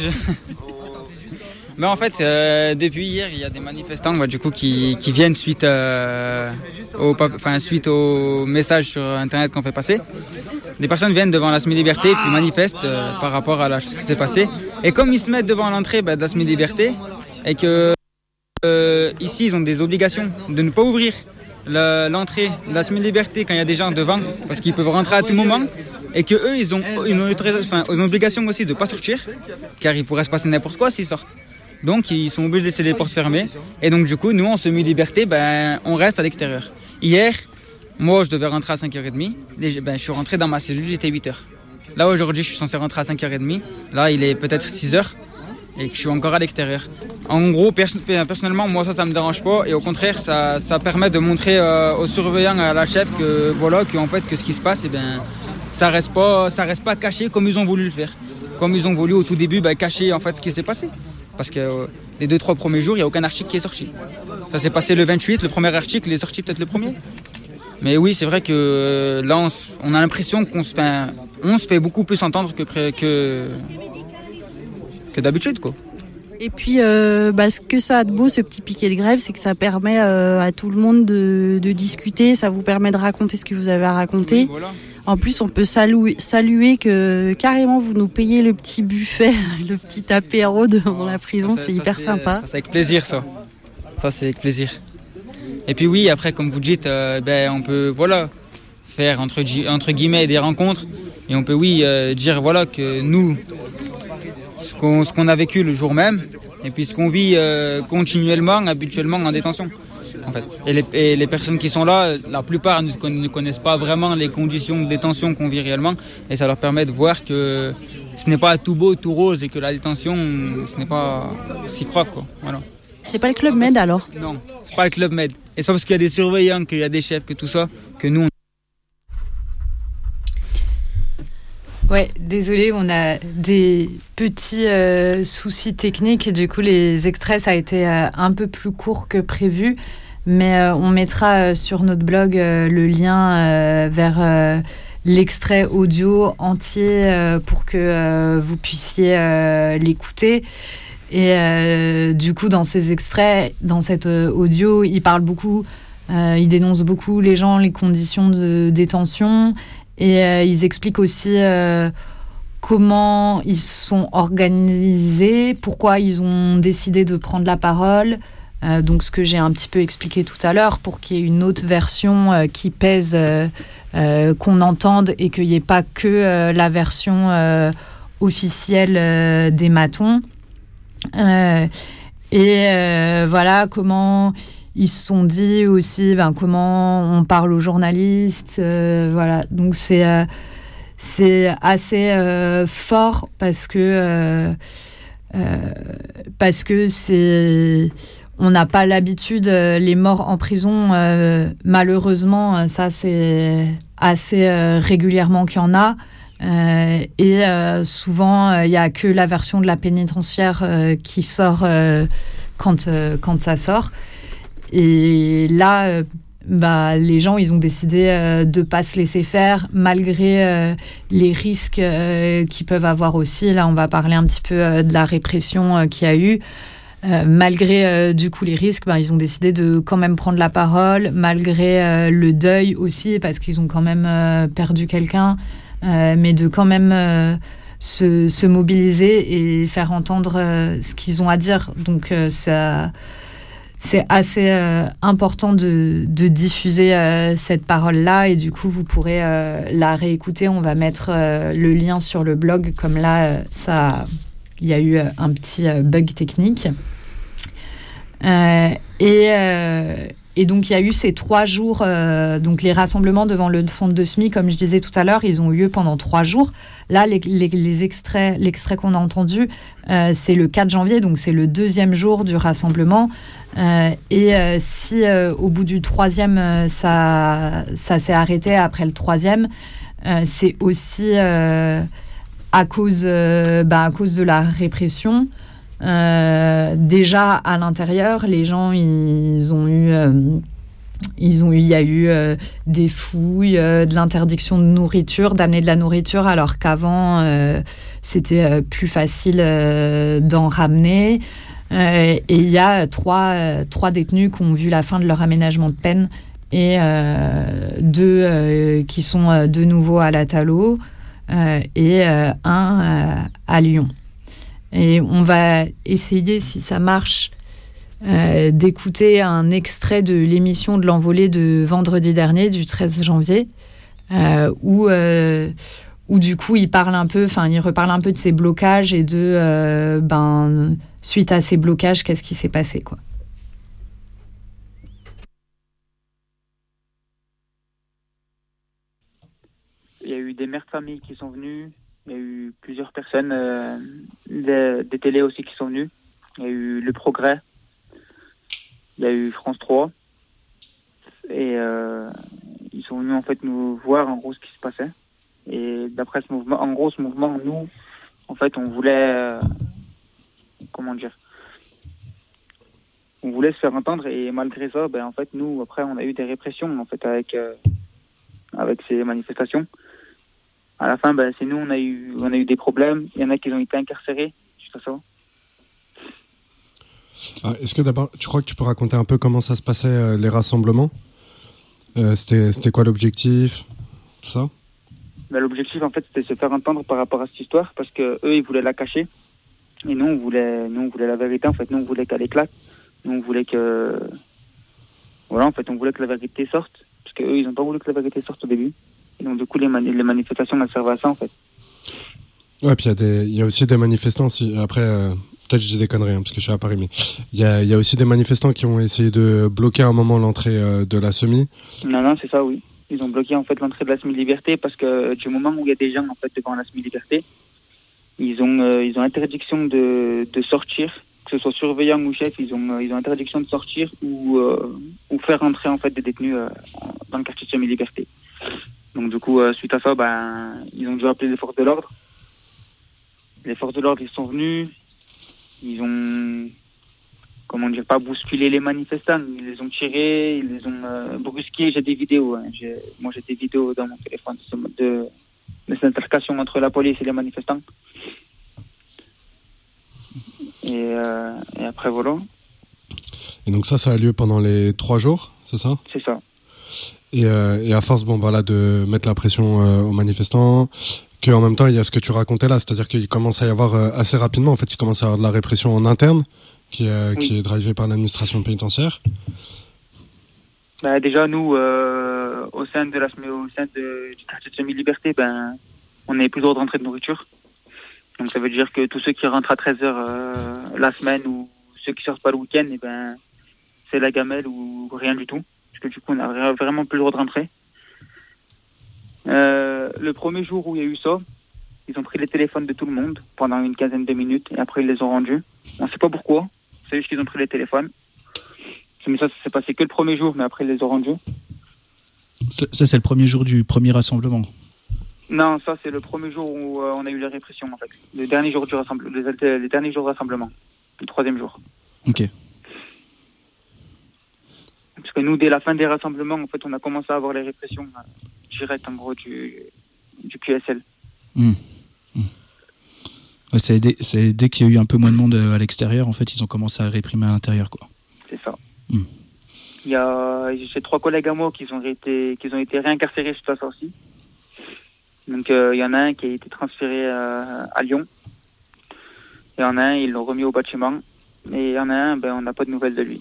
Mais en fait, euh, depuis hier, il y a des manifestants bah, du coup, qui, qui viennent suite, euh, au, enfin, suite au message sur Internet qu'on fait passer. Des personnes viennent devant la semi-liberté et puis manifestent euh, par rapport à la chose qui s'est passée. Et comme ils se mettent devant l'entrée bah, de la semi-liberté, et que euh, ici ils ont des obligations de ne pas ouvrir la, l'entrée de la semi-liberté quand il y a des gens devant, parce qu'ils peuvent rentrer à tout moment, et que eux ils ont une, enfin, une obligation aussi de ne pas sortir, car il pourrait se passer n'importe quoi s'ils sortent. Donc ils sont obligés de laisser les portes fermées, et donc du coup nous en semi-liberté, ben, on reste à l'extérieur. Hier, moi je devais rentrer à cinq heures trente, ben, je suis rentré dans ma cellule, il était huit heures. Là aujourd'hui je suis censé rentrer à cinq heures trente, là il est peut-être six heures, et que je suis encore à l'extérieur. En gros, perso- personnellement, moi ça, ça me dérange pas, et au contraire, ça, ça permet de montrer euh, aux surveillants, à la chef, que voilà, que en fait, que ce qui se passe, eh ben, ça reste pas, ça reste pas caché comme ils ont voulu le faire, comme ils ont voulu au tout début, ben, cacher en fait ce qui s'est passé, parce que euh, les deux trois premiers jours, il y a aucun article qui est sorti. Ça s'est passé le vingt-huit, le premier article il est sorti peut-être le premier. Mais oui, c'est vrai que euh, là, on, on a l'impression qu'on se, fait, on se fait beaucoup plus entendre que que que d'habitude, quoi. Et puis, euh, bah, ce que ça a de beau, ce petit piquet de grève, c'est que ça permet euh, à tout le monde de, de discuter, ça vous permet de raconter ce que vous avez à raconter. Oui, voilà. En plus, on peut saluer, saluer que carrément vous nous payez le petit buffet, le petit apéro devant oh, la prison, ça, c'est ça, hyper c'est, sympa. Ça, c'est avec plaisir, ça. Ça, c'est avec plaisir. Et puis oui, après, comme vous dites, euh, ben, on peut voilà, faire entre, entre guillemets des rencontres, et on peut oui euh, dire voilà, que nous, ce qu'on, ce qu'on a vécu le jour même, et puis ce qu'on vit euh, continuellement, habituellement en détention. En fait. Et, les, et les personnes qui sont là, la plupart ne, ne connaissent pas vraiment les conditions de détention qu'on vit réellement, et ça leur permet de voir que ce n'est pas tout beau, tout rose, et que la détention, ce n'est pas si grave, quoi. Voilà. C'est pas le Club Med alors? Non, c'est pas le Club Med. Et c'est pas parce qu'il y a des surveillants, qu'il y a des chefs, que tout ça, que nous on... Ouais, désolé, on a des petits euh, soucis techniques. Du coup, les extraits, ça a été euh, un peu plus court que prévu. Mais euh, on mettra euh, sur notre blog euh, le lien euh, vers euh, l'extrait audio entier euh, pour que euh, vous puissiez euh, l'écouter. Et euh, du coup, dans ces extraits, dans cet euh, audio, il parle beaucoup, euh, il dénonce beaucoup les gens, les conditions de détention. Et euh, ils expliquent aussi euh, comment ils se sont organisés, pourquoi ils ont décidé de prendre la parole. Euh, donc ce que j'ai un petit peu expliqué tout à l'heure, pour qu'il y ait une autre version euh, qui pèse, euh, euh, qu'on entende, et qu'il n'y ait pas que euh, la version euh, officielle euh, des matons. Euh, et euh, voilà comment... Ils se sont dit aussi ben, comment on parle aux journalistes. Euh, voilà. Donc, c'est, euh, c'est assez euh, fort parce que euh, euh, parce que c'est... On n'a pas l'habitude, euh, les morts en prison, euh, malheureusement, ça c'est assez euh, régulièrement qu'il y en a. Euh, et euh, souvent, il n'y a que la version de la pénitentiaire euh, qui sort euh, quand, euh, quand ça sort. Et là, euh, bah, les gens, ils ont décidé euh, de ne pas se laisser faire, malgré euh, les risques euh, qu'ils peuvent avoir aussi. Là, on va parler un petit peu euh, de la répression euh, qu'il y a eu. Euh, malgré euh, du coup les risques, ben, ils ont décidé de quand même prendre la parole, malgré euh, le deuil aussi, parce qu'ils ont quand même euh, perdu quelqu'un, euh, mais de quand même euh, se, se mobiliser et faire entendre euh, ce qu'ils ont à dire. Donc euh, ça, c'est assez euh, important de, de diffuser euh, cette parole-là, et du coup vous pourrez euh, la réécouter. On va mettre euh, le lien sur le blog, comme là euh, ça, il y a eu un petit euh, bug technique. Euh, et, euh, et donc, il y a eu ces trois jours, euh, donc les rassemblements devant le centre de S M I, comme je disais tout à l'heure, ils ont eu lieu pendant trois jours. Là, les, les, les extraits, l'extrait qu'on a entendu, euh, c'est le quatre janvier, donc c'est le deuxième jour du rassemblement. Euh, et euh, si euh, au bout du troisième, euh, ça, ça s'est arrêté après le troisième, euh, c'est aussi euh, à cause, euh, bah, à cause de la répression. Euh, déjà à l'intérieur, les gens ils ont eu, euh, ils ont eu, il y a eu euh, des fouilles, euh, de l'interdiction de nourriture, d'amener de la nourriture, alors qu'avant euh, c'était euh, plus facile euh, d'en ramener. Euh, et il y a trois, euh, trois détenus qui ont vu la fin de leur aménagement de peine, et euh, deux euh, qui sont euh, de nouveau à la Talo euh, et euh, un euh, à Lyon. Et on va essayer, si ça marche, euh, d'écouter un extrait de l'émission de l'Envolée de vendredi dernier, du treize janvier, euh, où, euh, où du coup il parle un peu, enfin il reparle un peu de ces blocages et de, euh, ben, suite à ces blocages, qu'est-ce qui s'est passé, quoi. Il y a eu des mères de famille qui sont venues. Il y a eu plusieurs personnes, euh, des, des télés aussi qui sont venues. Il y a eu Le Progrès, il y a eu France trois. Et euh, ils sont venus en fait nous voir en gros ce qui se passait. Et d'après ce mouvement, en gros ce mouvement, nous, en fait, on voulait, euh, comment dire, on voulait se faire entendre. Et malgré ça, ben en fait, nous, après, on a eu des répressions en fait avec euh, avec ces manifestations. À la fin, ben, c'est nous, on a eu, on a eu des problèmes. Il y en a qui ont été incarcérés, juste à ça. Ah, est-ce que d'abord, tu crois que tu peux raconter un peu comment ça se passait, euh, les rassemblements euh, c'était, c'était quoi l'objectif, tout ça? Ben, l'objectif, en fait, c'était de se faire entendre par rapport à cette histoire, parce que eux, ils voulaient la cacher. Et nous, on voulait, nous, on voulait la vérité. En fait, nous, on voulait qu'elle éclate. Nous, on voulait que, voilà, en fait, on voulait que la vérité sorte, parce que eux, ils n'ont pas voulu que la vérité sorte au début. Et donc, du coup, les, mani- les manifestations, elles servent à ça, en fait. Ouais, puis il y, y a aussi des manifestants, si, après, euh, peut-être je dis des conneries, hein, parce que je suis à Paris, mais il y a, y a aussi des manifestants qui ont essayé de bloquer à un moment l'entrée euh, de la S M I. Non, non, c'est ça, oui. Ils ont bloqué, en fait, l'entrée de la S M I Liberté, parce que du moment où il y a des gens, en fait, devant la S M I Liberté, ils ont, euh, ils ont interdiction de, de sortir, que ce soit surveillant ou chef, ils ont, euh, ils ont interdiction de sortir ou, euh, ou faire entrer, en fait, des détenus euh, dans le quartier de S M I Liberté. Donc du coup, euh, suite à ça, ben, ils ont dû appeler les forces de l'ordre. Les forces de l'ordre, ils sont venus. Ils ont, comment dire, pas bousculé les manifestants. Ils les ont tirés, ils les ont euh, brusqués. J'ai des vidéos. Hein. J'ai, moi, j'ai des vidéos dans mon téléphone de, de, de cette altercation entre la police et les manifestants. Et, euh, et après, voilà. Et donc ça, ça a lieu pendant les trois jours, c'est ça? C'est ça. Et, euh, et à force, bon, voilà, de mettre la pression euh, aux manifestants, qu'en même temps, il y a ce que tu racontais là, c'est-à-dire qu'il commence à y avoir euh, assez rapidement, en fait, il commence à y avoir de la répression en interne, qui, euh, oui. qui est drivée par l'administration pénitentiaire. Bah, déjà, nous, euh, au sein de la, au sein de, du quartier de S M I Liberté, ben, on est plus droit de rentrée de nourriture. Donc ça veut dire que tous ceux qui rentrent à treize heures euh, la semaine ou ceux qui sortent pas le week-end, et ben, c'est la gamelle ou rien du tout. Parce que du coup, on n'a vraiment plus le droit de rentrer. Euh, le premier jour où il y a eu ça, Ils ont pris les téléphones de tout le monde pendant une quinzaine de minutes et après ils les ont rendus. On ne sait pas pourquoi. C'est juste qu'ils ont pris les téléphones. Mais ça, ça s'est passé que le premier jour, mais après ils les ont rendus. Ça, ça c'est le premier jour du premier rassemblement. Non, ça c'est le premier jour où euh, on a eu la répression en fait. Le dernier jour du rassemblement, les, les derniers jours de rassemblement, le troisième jour. Ok. Parce que nous, dès la fin des rassemblements, en fait, on a commencé à avoir les répressions euh, directes en gros du du Q S L. Mmh. Mmh. Ouais, c'est dès, c'est dès qu'il y a eu un peu moins de monde à l'extérieur, en fait, ils ont commencé à réprimer à l'intérieur, quoi. C'est ça. Mmh. Il y a j'ai trois collègues à moi qui ont été qui ont été réincarcérés suite à ça aussi. Donc euh, il y en a un qui a été transféré euh, à Lyon. Il y en a un, ils l'ont remis au bâtiment. Et il y en a un, ben on n'a pas de nouvelles de lui.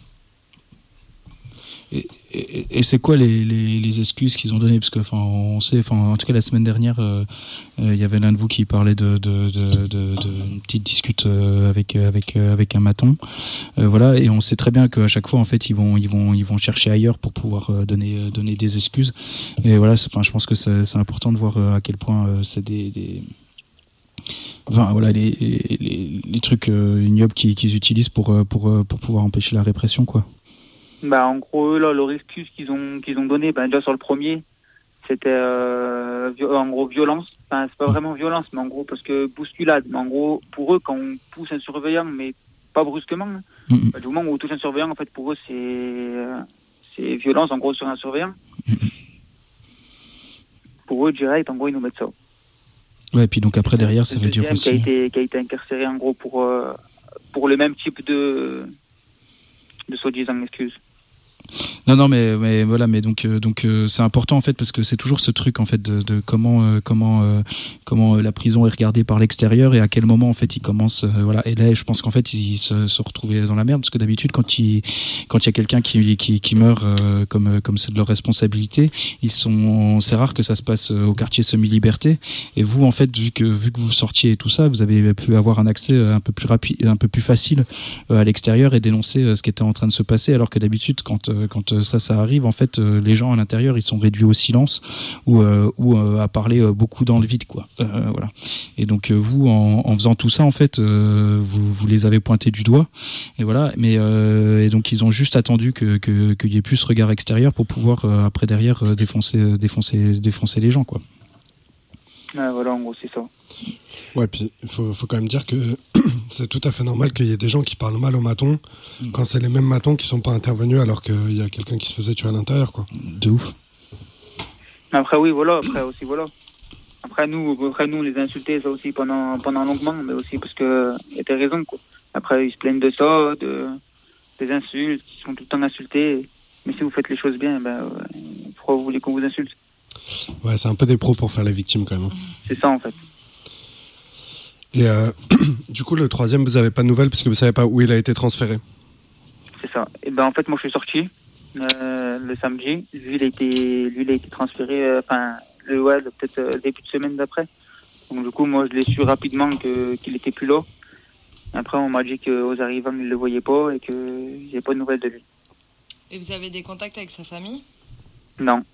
Et, et, et c'est quoi les, les, les excuses qu'ils ont données? Parce que, enfin, on sait, enfin, en tout cas la semaine dernière, il euh, euh, y avait l'un de vous qui parlait de, de, de, de, de une petite dispute euh, avec avec euh, avec un maton, euh, voilà. Et on sait très bien qu'à chaque fois, en fait, ils vont ils vont ils vont chercher ailleurs pour pouvoir euh, donner euh, donner des excuses. Et voilà, enfin, je pense que c'est, c'est important de voir euh, à quel point euh, c'est des, des Enfin, voilà les, les, les trucs euh, ignobles qu'ils, qu'ils utilisent pour, pour, pour pouvoir empêcher la répression, quoi. Bah, en gros, là, leur excuse qu'ils ont, qu'ils ont donnée, bah, déjà sur le premier, c'était euh, vi- en gros violence. Enfin, c'est pas vraiment violence, mais en gros, parce que bousculade. Mais en gros, pour eux, quand on pousse un surveillant, mais pas brusquement, hein, mm-hmm. bah, du moment où on touche un surveillant, en fait, pour eux, c'est, euh, c'est violence, en gros, sur un surveillant. Mm-hmm. Pour eux, direct, en gros, ils nous mettent ça. Ouais, et puis donc après, derrière, ça veut dire aussi... Qui a été, qui a été incarcéré, en gros, pour, euh, pour le même type de, de soi-disant excuse. Non, non, mais, mais voilà, mais donc, euh, donc euh, c'est important en fait parce que c'est toujours ce truc en fait de, de comment, euh, comment, euh, comment euh, la prison est regardée par l'extérieur et à quel moment en fait ils commencent, euh, voilà. Et là, je pense qu'en fait ils se, se retrouvaient dans la merde parce que d'habitude quand il, quand il y a quelqu'un qui, qui, qui meurt euh, comme, comme c'est de leur responsabilité, ils sont, c'est rare que ça se passe au quartier semi-liberté. Et vous en fait, vu que, vu que vous sortiez et tout ça, vous avez pu avoir un accès un peu plus rapide, un peu plus facile euh, à l'extérieur et dénoncer euh, ce qui était en train de se passer, alors que d'habitude quand euh, quand ça, ça arrive, en fait, euh, les gens à l'intérieur, ils sont réduits au silence ou, euh, ou euh, à parler euh, beaucoup dans le vide, quoi. Euh, voilà. Et donc, euh, vous, en, en faisant tout ça, en fait, euh, vous, vous les avez pointés du doigt. Et voilà. Mais, euh, et donc, ils ont juste attendu que, que, qu'il y ait plus ce regard extérieur pour pouvoir, euh, après, derrière, euh, défoncer, défoncer, défoncer les gens, quoi. Ouais, voilà, en gros, c'est ça. Ouais, puis il faut, faut quand même dire que c'est tout à fait normal qu'il y ait des gens qui parlent mal aux matons mmh. quand c'est les mêmes matons qui sont pas intervenus alors qu'il y a quelqu'un qui se faisait tuer à l'intérieur, quoi. De ouf. Après, oui, voilà, après aussi, voilà. Après, nous, après, nous, on les a insultés, ça aussi, pendant, pendant longuement, mais aussi parce que il y a des raisons, quoi. Après, ils se plaignent de ça, de, des insultes, ils sont tout le temps insultés. Mais si vous faites les choses bien, ben, pourquoi vous voulez qu'on vous insulte? Ouais, c'est un peu des pros pour faire les victimes, quand même. C'est ça, en fait. Et euh, du coup, le troisième, vous n'avez pas de nouvelles parce que vous ne savez pas où il a été transféré. C'est ça. Et ben en fait, moi, je suis sorti euh, le samedi. Lui, il a été, lui, il a été transféré, enfin, euh, le ouais, peut-être euh, début de semaine d'après. Donc du coup, moi, je l'ai su rapidement que qu'il était plus là. Après, on m'a dit qu'aux arrivants, ils le voyaient pas et qu'il n'y avait pas de nouvelles de lui. Et vous avez des contacts avec sa famille? Non.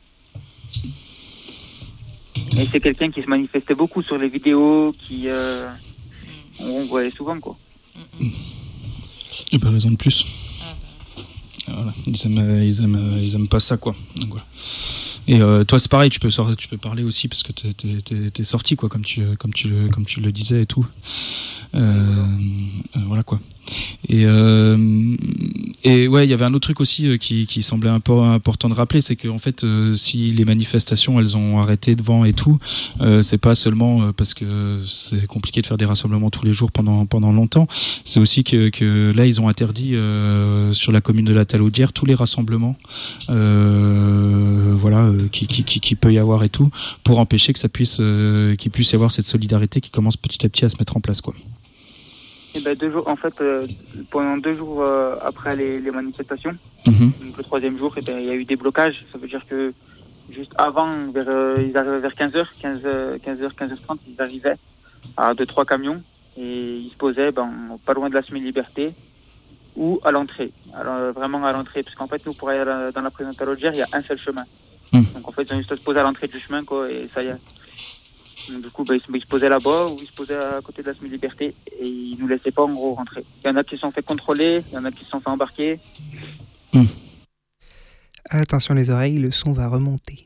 Et c'est quelqu'un qui se manifestait beaucoup sur les vidéos, qui euh, on voyait souvent, quoi. Et pas raison de plus. Voilà. Ils aiment, ils aiment, ils aiment pas ça, quoi. Donc, voilà. Et euh, toi, c'est pareil, tu peux sortir, tu peux parler aussi parce que t'es, t'es, t'es, t'es sorti, quoi, comme tu, comme tu le, comme tu le disais et tout. Euh, euh, voilà, quoi. Et euh, et ouais, il y avait un autre truc aussi euh, qui, qui semblait un peu important de rappeler, c'est que en fait, euh, si les manifestations elles ont arrêté devant et tout, euh, c'est pas seulement euh, parce que c'est compliqué de faire des rassemblements tous les jours pendant pendant longtemps. C'est aussi que, que là ils ont interdit euh, sur la commune de la Talaudière tous les rassemblements, euh, voilà, euh, qui, qui qui qui peut y avoir et tout, pour empêcher que ça puisse euh, qu'il puisse y avoir cette solidarité qui commence petit à petit à se mettre en place, quoi. Et ben deux jours, en fait, euh, pendant deux jours euh, après les, les manifestations, mmh. donc le troisième jour, et ben il y a eu des blocages. Ça veut dire que juste avant, vers, euh, ils arrivaient vers quinze heures, quinze heures, quinze heures, quinze heures trente, ils arrivaient à deux trois camions et ils se posaient ben, pas loin de la semi-liberté ou à l'entrée. Alors vraiment à l'entrée, parce qu'en fait nous pour aller la, dans la prison de Talaudière, il y a un seul chemin. Mmh. Donc en fait ils ont juste à se poser à l'entrée du chemin, quoi, et ça y est. Donc, du coup, bah, ils, se, ils se posaient là-bas ou ils se posaient à côté de la semi-liberté et ils nous laissaient pas en gros rentrer. Il y en a qui se sont fait contrôler, il y en a qui se sont fait embarquer. Mmh. Attention les oreilles, le son va remonter.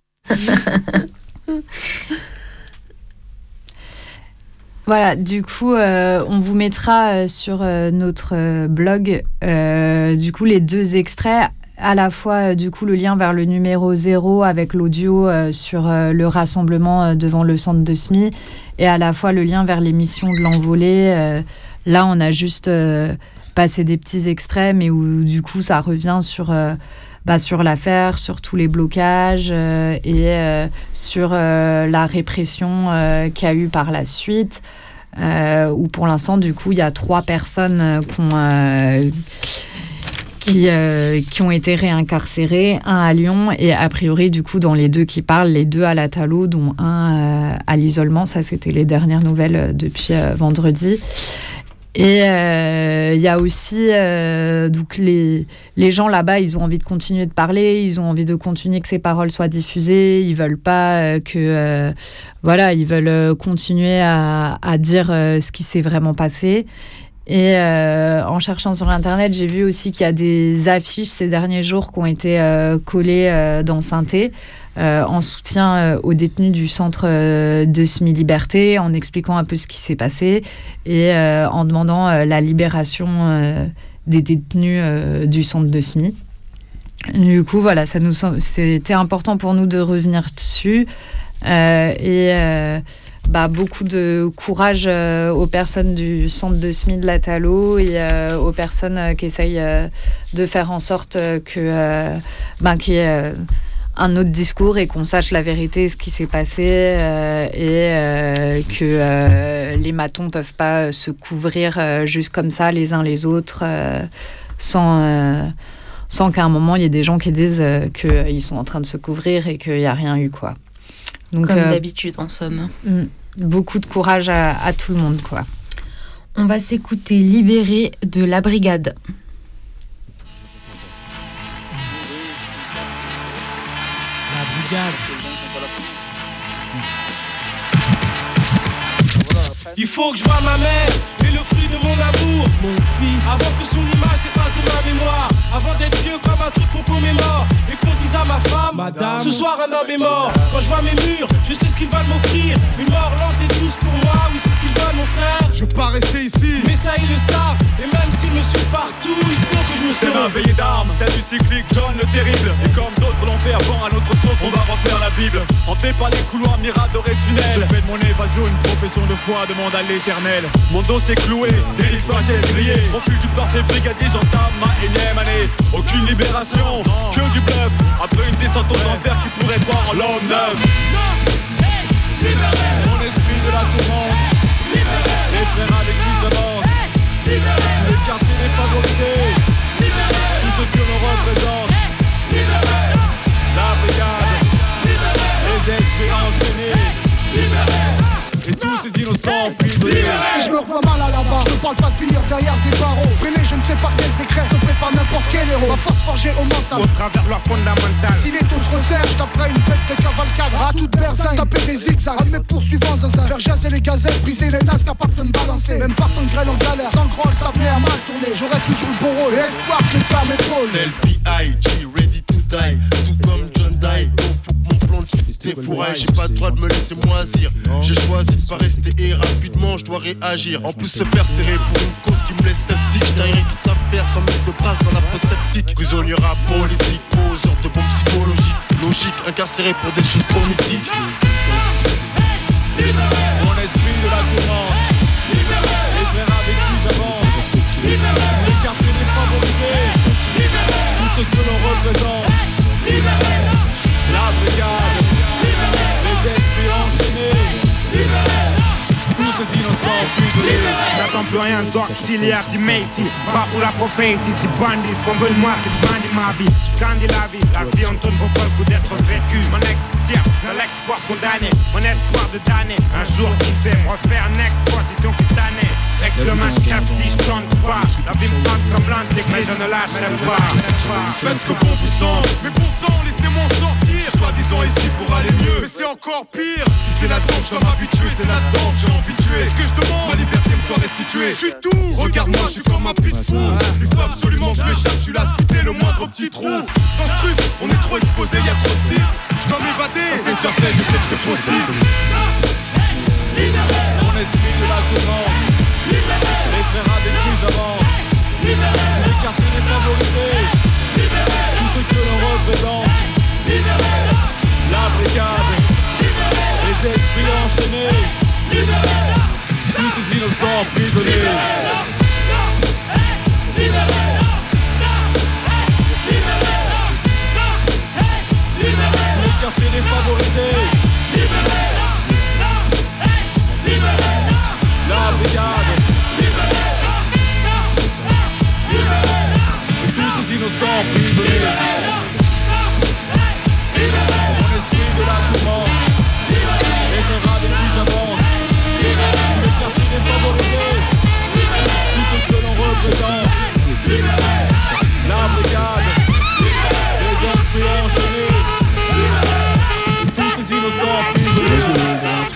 Voilà, du coup, euh, on vous mettra sur euh, notre euh, blog euh, du coup les deux extraits, à la fois euh, du coup le lien vers le numéro zéro avec l'audio euh, sur euh, le rassemblement euh, devant le centre de S M I et à la fois le lien vers l'émission de l'envolée. Euh, là, on a juste euh, passé des petits extraits, mais où du coup ça revient sur euh, bah, sur l'affaire, sur tous les blocages euh, et euh, sur euh, la répression euh, qu'il y a eu par la suite. Euh, où pour l'instant, du coup, il y a trois personnes euh, qui, ont, euh, qui, euh, qui ont été réincarcérées, un à Lyon et a priori, du coup, dans les deux qui parlent, les deux à la Thalo, dont un euh, à l'isolement. Ça, c'était les dernières nouvelles euh, depuis euh, vendredi. Et il euh, y a aussi euh, donc les, les gens là-bas, ils ont envie de continuer de parler, ils ont envie de continuer que ces paroles soient diffusées, ils veulent pas euh, que euh, voilà, ils veulent continuer à, à dire euh, ce qui s'est vraiment passé. Et euh, en cherchant sur internet, j'ai vu aussi qu'il y a des affiches ces derniers jours qui ont été euh, collées euh, dans Saint-Thé. Euh, en soutien euh, aux détenus du centre euh, de S M I Liberté, en expliquant un peu ce qui s'est passé et euh, en demandant euh, la libération euh, des détenus euh, du centre de S M I. Du coup, voilà, ça nous, c'était important pour nous de revenir dessus euh, et euh, bah, beaucoup de courage euh, aux personnes du centre de S M I de la Thalo et euh, aux personnes euh, qui essayent euh, de faire en sorte euh, que, euh, bah, qu'il y ait euh, un autre discours et qu'on sache la vérité, ce qui s'est passé euh, et euh, que euh, les matons peuvent pas se couvrir euh, juste comme ça les uns les autres euh, sans, euh, sans qu'à un moment il y ait des gens qui disent euh, qu'ils sont en train de se couvrir et qu'il n'y a rien eu, quoi. Donc, comme euh, d'habitude en somme. Beaucoup de courage à, à tout le monde, quoi. On va s'écouter Libéré de La Brigade. Il faut que je vois ma mère et le fruit de mon amour, mon fils, avant que son image s'efface de ma mémoire, avant d'être vieux comme un truc qu'on commémore et qu'on dise à ma femme, madame, ce soir un homme est mort. Quand je vois mes murs, je sais ce qu'ils veulent m'offrir, une mort lente et douce pour moi, oui c'est ce qu'ils veulent mon frère. Je veux pas rester ici, mais ça ils le savent, et même s'ils me suivent partout, il faut que je me sauve. C'est ma veillée d'armes, celle du cyclique John le terrible, et comme d'autres l'ont fait avant à notre sauce, on va refaire la Bible, hanté par les couloirs miradors et tunnels. Je fais de mon évasion une profession de foi, demande à l'éternel. Mon dos s'est cloué, délit faciès grillé, profil du parfait brigadier, j'entame ma énième année. Aucune libération, que du bluff, après une descente aux enfers qui pourrait voir en l'homme neuf. Mon esprit de la tourmente, les frères avec qui j'avance, les quartiers défavorisés, tout ce que l'on représente, la brigade, les esprits enchaînés, et tous ces innocents prisonniers. Si je me revois mal à la barre, je ne parle pas de finir derrière des barreaux. Freiné, je ne sais par quel décret, je prépare n'importe quel héros. Ma force forgée au mental, au travers loi fondamentale. Si les taux se resserrent, je taperai une bête de cavalcade. À toute berzingue, taper des zigzags, mes poursuivants zinzin. Faire jaser les gazettes, briser les nasses, capables de me balancer. Même partant de grêle en galère, sans groll, ça venait à mal tourner. J'aurais toujours le bon rôle, et espoir que mes femmes épaulent. Tel P I G, ready to die, tout comme John Die. Des fourrailles, j'ai pas le droit de me laisser moisir. J'ai choisi de pas rester et rapidement je dois réagir. En plus se faire serrer pour une cause qui me laisse sceptique. J'ai rien qui t'a faire sans mettre de brasse dans la fosse sceptique. Prisonnier rap politique, poseur de bombes psychologiques. Logique, incarcéré pour des choses trop mystiques. Mon esprit de la tourmente, les frères avec qui j'avance, les quartiers défavorisés, tout ce que l'on représente. La brigade, les esprits enchaînés, tous ces innocents prisonniers. J'attends plus rien d'auxiliaire, du Macy. Pas pour la prophétie, du bandit. Ce qu'on veut de moi, c'est de bandit ma vie. Scandie la vie, la vie on tourne vaut pas le coup d'être vécu. Mon ex-tire, de l'export condamné. Mon espoir de damner. Un jour qui sait, moi faire une exposition cutanée. Avec demain je crève si je tente pas. La vie me prend comme l'antique, mais je ne lâcherai pas. Faites ce que bon vous semble, mais bon sang, laissez-moi en sortir. Je sois prison ici pour aller mieux. Mais c'est encore pire. Si c'est là-dedans que je dois m'habituer, c'est là-dedans que j'ai envie de tuer. Est-ce que je demande ma liberté me soit restituée? Je suis tout. Regarde-moi, je suis comme un pitfou. Il faut absolument que je m'échappe, je suis là à scruter le moindre petit trou. Dans ce truc, on est trop exposé, y'a trop de cibles. Je dois m'évader, ça c'est déjà fait, je sais que c'est possible. Mon esprit de la tourmente, les frères avec qui j'avance, tous les quartiers défavorisés, tous ceux que l'on représente, la brigade, les esprits enchaînés, tous ces innocents emprisonnés. Tous les quartiers défavorisés, la brigade, et tous ces innocents emprisonnés. Mon esprit de la tourmente, les frères avec qui j'avance, tous les quartiers défavorisés, tous ceux que l'on représente, la brigade, les esprits enchaînés, et tous ces innocents emprisonnés.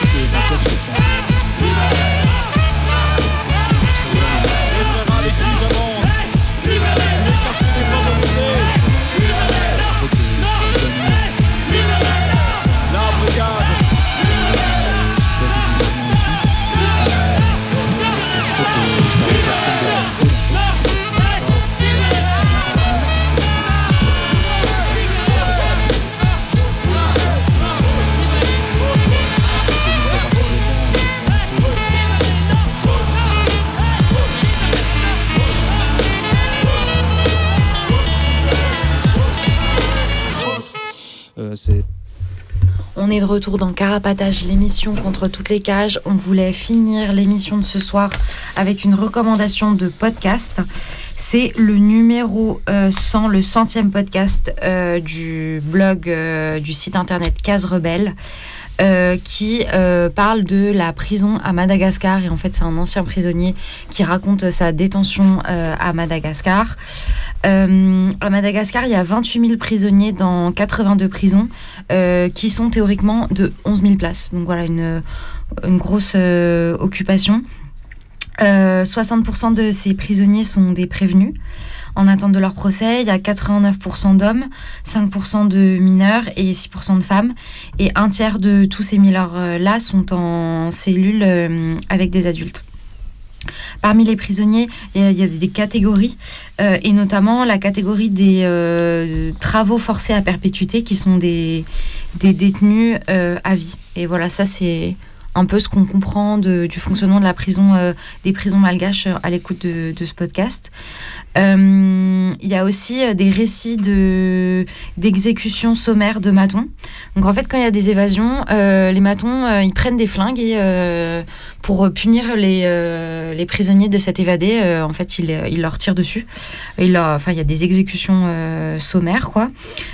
C'est... On est de retour dans Carapatage, l'émission contre toutes les cages. On voulait finir l'émission de ce soir avec une recommandation de podcast. C'est le numéro euh, cent, le centième podcast euh, du blog euh, du site internet Case Rebelle. Euh, qui euh, parle de la prison à Madagascar. Et en fait, c'est un ancien prisonnier qui raconte sa détention euh, à Madagascar. Euh, à Madagascar, il y a vingt-huit mille prisonniers dans quatre-vingt-deux prisons euh, qui sont théoriquement de onze mille places. Donc voilà, une, une grosse euh, occupation. Euh, soixante pour cent de ces prisonniers sont des prévenus. En attente de leur procès, il y a quatre-vingt-neuf pour cent d'hommes, cinq pour cent de mineurs et six pour cent de femmes. Et un tiers de tous ces mineurs-là sont en cellule euh, avec des adultes. Parmi les prisonniers, il y a des catégories, euh, et notamment la catégorie des euh, travaux forcés à perpétuité, qui sont des, des détenus euh, à vie. Et voilà, ça c'est un peu ce qu'on comprend de, du fonctionnement de la prison, euh, des prisons malgaches euh, à l'écoute de, de ce podcast. Euh, il y a aussi euh, des récits de, d'exécutions sommaires de matons. Donc en fait, quand il y a des évasions, euh, les matons, euh, ils prennent des flingues et euh, pour punir les, euh, les prisonniers de cet évadé, euh, en fait, ils, ils leur tirent dessus. Il enfin, il y a des exécutions euh, sommaires, quoi.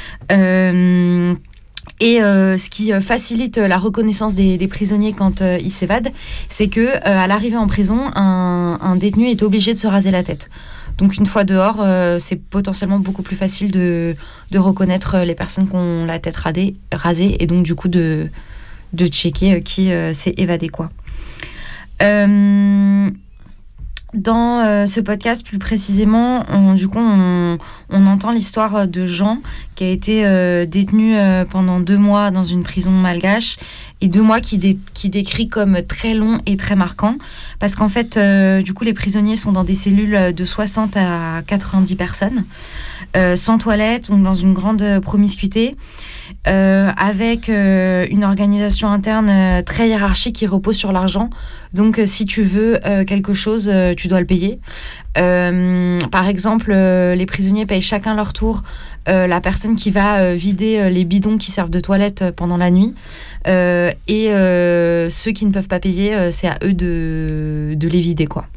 Euh, Et euh, ce qui facilite la reconnaissance des, des prisonniers quand euh, ils s'évadent, c'est que euh, à l'arrivée en prison, un, un détenu est obligé de se raser la tête. Donc une fois dehors, euh, c'est potentiellement beaucoup plus facile de, de reconnaître les personnes qui ont la tête rasée, rasée et donc du coup de, de checker qui euh, s'est évadé, quoi. Euh... Dans euh, ce podcast, plus précisément, on, du coup, on, on entend l'histoire de Jean, qui a été euh, détenu euh, pendant deux mois dans une prison malgache, et deux mois qui, dé, qui décrit comme très long et très marquant, parce qu'en fait, euh, du coup, les prisonniers sont dans des cellules de soixante à quatre-vingt-dix personnes, euh, sans toilette, donc dans une grande promiscuité, euh, avec euh, une organisation interne euh, très hiérarchique qui repose sur l'argent. Donc, euh, si tu veux euh, quelque chose, euh, tu dois le payer. Euh, par exemple, euh, les prisonniers payent chacun leur tour euh, la personne qui va euh, vider euh, les bidons qui servent de toilette euh, pendant la nuit. Euh, et euh, ceux qui ne peuvent pas payer, euh, c'est à eux de, de les vider, quoi.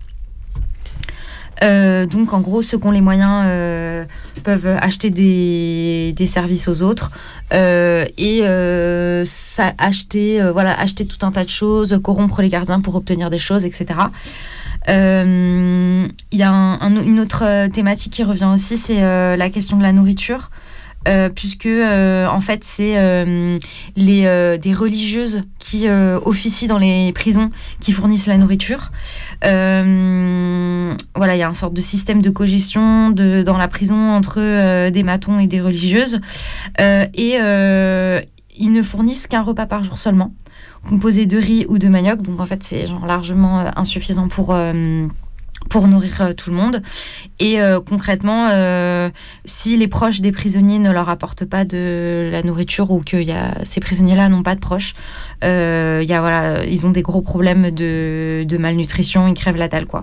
Euh, donc en gros, ceux qui ont les moyens euh, peuvent acheter des, des services aux autres euh, et euh, ça, acheter, euh, voilà, acheter tout un tas de choses, corrompre les gardiens pour obtenir des choses, et cetera. Il euh, y a un, un, une autre thématique qui revient aussi, c'est euh, la question de la nourriture. euh, puisque euh, en fait c'est euh, les, euh, des religieuses qui euh, officient dans les prisons qui fournissent la nourriture. Euh, voilà, il y a un sorte de système de cogestion de, dans la prison entre euh, des matons et des religieuses. Euh, et euh, ils ne fournissent qu'un repas par jour seulement, composé de riz ou de manioc. Donc en fait, c'est genre largement euh, insuffisant pour... Euh, pour nourrir euh, tout le monde. Et euh, concrètement, euh, si les proches des prisonniers ne leur apportent pas de la nourriture ou que y a, ces prisonniers-là n'ont pas de proches, euh, y a, voilà, ils ont des gros problèmes de, de malnutrition, ils crèvent la dalle, quoi.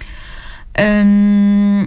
Euh,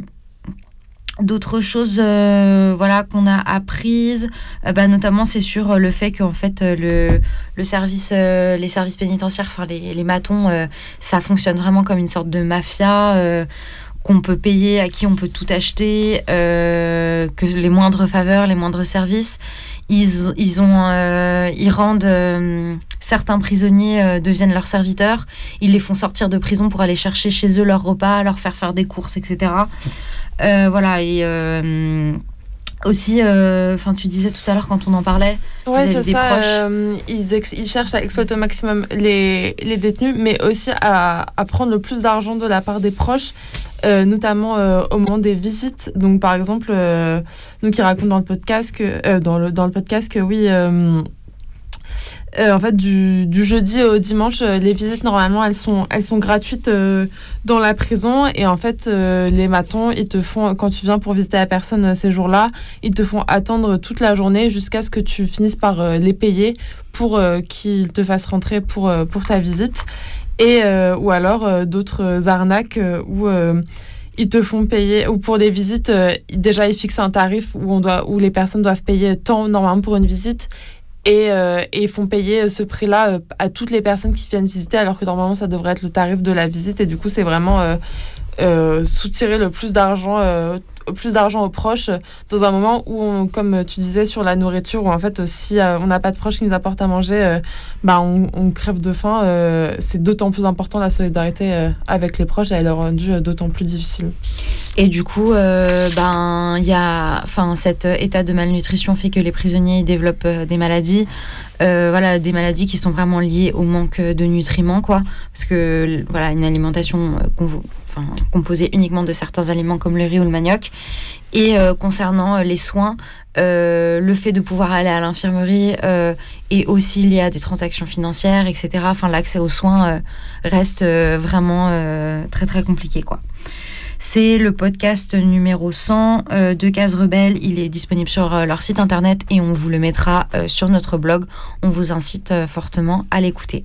D'autres choses euh, voilà, qu'on a apprises, euh, bah, notamment c'est sur le fait qu'en fait le, le service, euh, les services pénitentiaires, enfin les, les matons, euh, ça fonctionne vraiment comme une sorte de mafia euh, qu'on peut payer, à qui on peut tout acheter, euh, que les moindres faveurs, les moindres services, ils, ils, ont, euh, ils rendent euh, certains prisonniers euh, deviennent leurs serviteurs, ils les font sortir de prison pour aller chercher chez eux leur repas, leur faire faire des courses, et cetera. Euh, voilà, et euh, aussi, enfin, euh, tu disais tout à l'heure quand on en parlait, ouais, c'est des ça, proches. Euh, ils, ex- ils cherchent à exploiter au maximum les, les détenus, mais aussi à, à prendre le plus d'argent de la part des proches, euh, notamment euh, au moment des visites. Donc, par exemple, euh, donc ils racontent dans le podcast que, euh, dans le dans le podcast que oui. Euh, Euh, en fait, du, du jeudi au dimanche, euh, les visites, normalement, elles sont, elles sont gratuites euh, dans la prison. Et en fait, euh, les matons, ils te font, quand tu viens pour visiter la personne euh, ces jours-là, ils te font attendre toute la journée jusqu'à ce que tu finisses par euh, les payer pour euh, qu'ils te fassent rentrer pour, euh, pour ta visite. Et, euh, ou alors, euh, d'autres arnaques euh, où... Euh, ils te font payer, ou pour des visites, euh, déjà, ils fixent un tarif où, on doit, où les personnes doivent payer tant normalement pour une visite. Et, euh, et ils font payer ce prix-là euh, à toutes les personnes qui viennent visiter, alors que normalement ça devrait être le tarif de la visite. Et du coup, c'est vraiment euh, euh, soutirer le plus d'argent, euh, plus d'argent aux proches dans un moment où, on, comme tu disais sur la nourriture, où en fait, si euh, on n'a pas de proches qui nous apportent à manger, euh, bah, on, on crève de faim. Euh, c'est d'autant plus important la solidarité euh, avec les proches, et elle est rendue euh, d'autant plus difficile. Et du coup, euh, ben, y a, enfin, cet état de malnutrition fait que les prisonniers ils développent euh, des maladies, euh, voilà, des maladies qui sont vraiment liées au manque de nutriments, quoi. Parce que voilà, une alimentation euh, convo- enfin, composée uniquement de certains aliments comme le riz ou le manioc. Et euh, concernant euh, les soins, euh, le fait de pouvoir aller à l'infirmerie euh, est aussi lié à des transactions financières, et cetera. Enfin, l'accès aux soins euh, reste euh, vraiment euh, très très compliqué, quoi. C'est le podcast numéro cent euh, de Case Rebelle. Il est disponible sur euh, leur site internet et on vous le mettra euh, sur notre blog. On vous incite euh, fortement à l'écouter.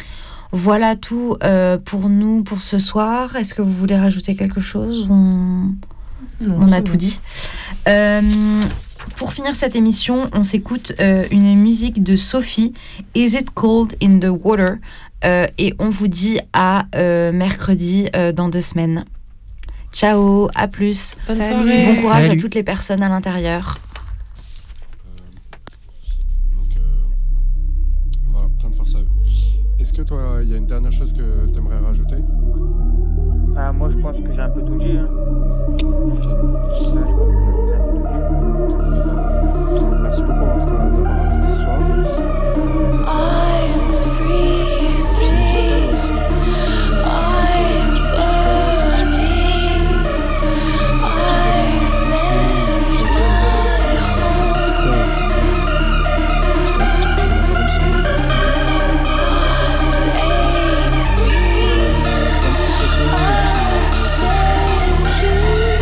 Voilà tout euh, pour nous pour ce soir. Est-ce que vous voulez rajouter quelque chose ? On, non, on a bon. tout dit. Euh, pour finir cette émission, on s'écoute euh, une musique de Sophie, Is It Cold in the Water ? euh, Et on vous dit à euh, mercredi euh, dans deux semaines. Ciao, à plus. Bonne soirée. Bon courage Salut. à toutes les personnes à l'intérieur. Donc, euh, voilà, plein de force à eux. Est-ce que toi, il y a une dernière chose que tu aimerais rajouter ? Ah, moi, je pense que j'ai un peu tout dit. Hein. Merci beaucoup en tout cas d'avoir appelé ce soir. I'm freezing. I'm burning. I've left my home. Soft take me. I've said to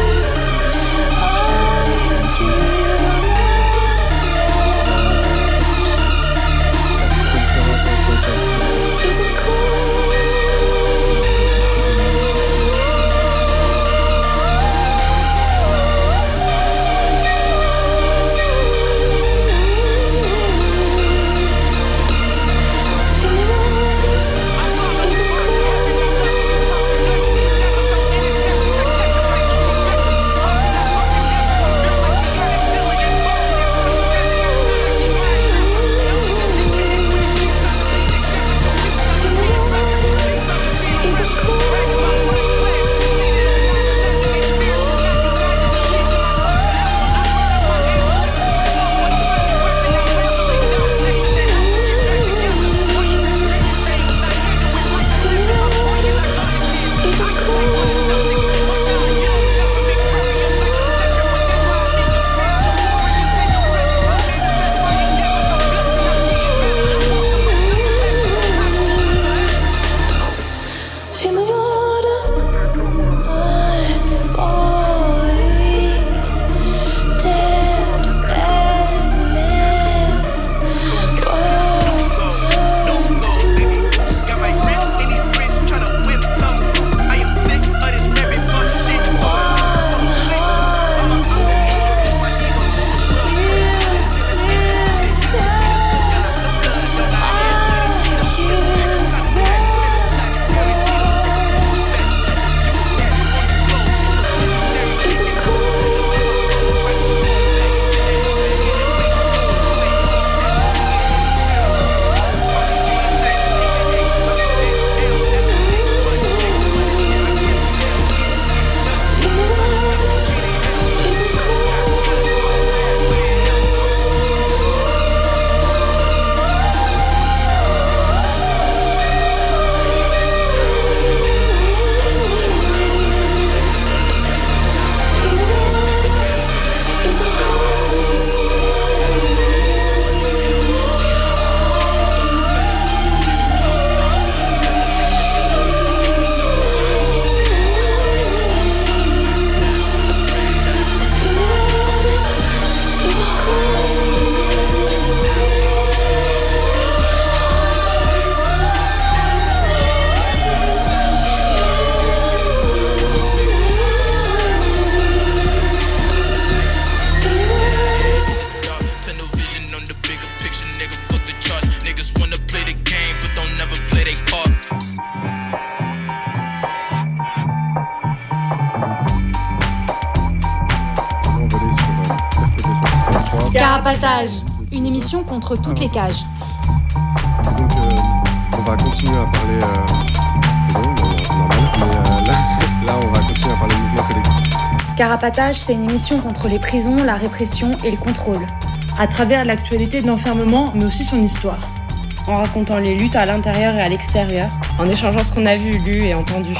Carapatage, une émission contre toutes les cages. Donc euh, on va continuer à parler... Euh... C'est bon, normal, mais euh, là, là on va continuer à parler mouvement collectif. Carapatage, c'est une émission contre les prisons, la répression et le contrôle. À travers l'actualité de l'enfermement, mais aussi son histoire. En racontant les luttes à l'intérieur et à l'extérieur. En échangeant ce qu'on a vu, lu et entendu.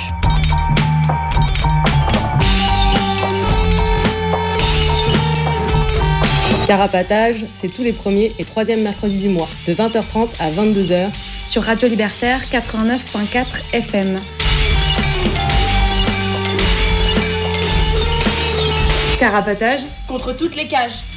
Carapatage, c'est tous les premiers et troisièmes mercredis du mois, de vingt heures trente à vingt-deux heures. Sur Radio Libertaire quatre-vingt-neuf point quatre F M. Carapatage contre toutes les cages.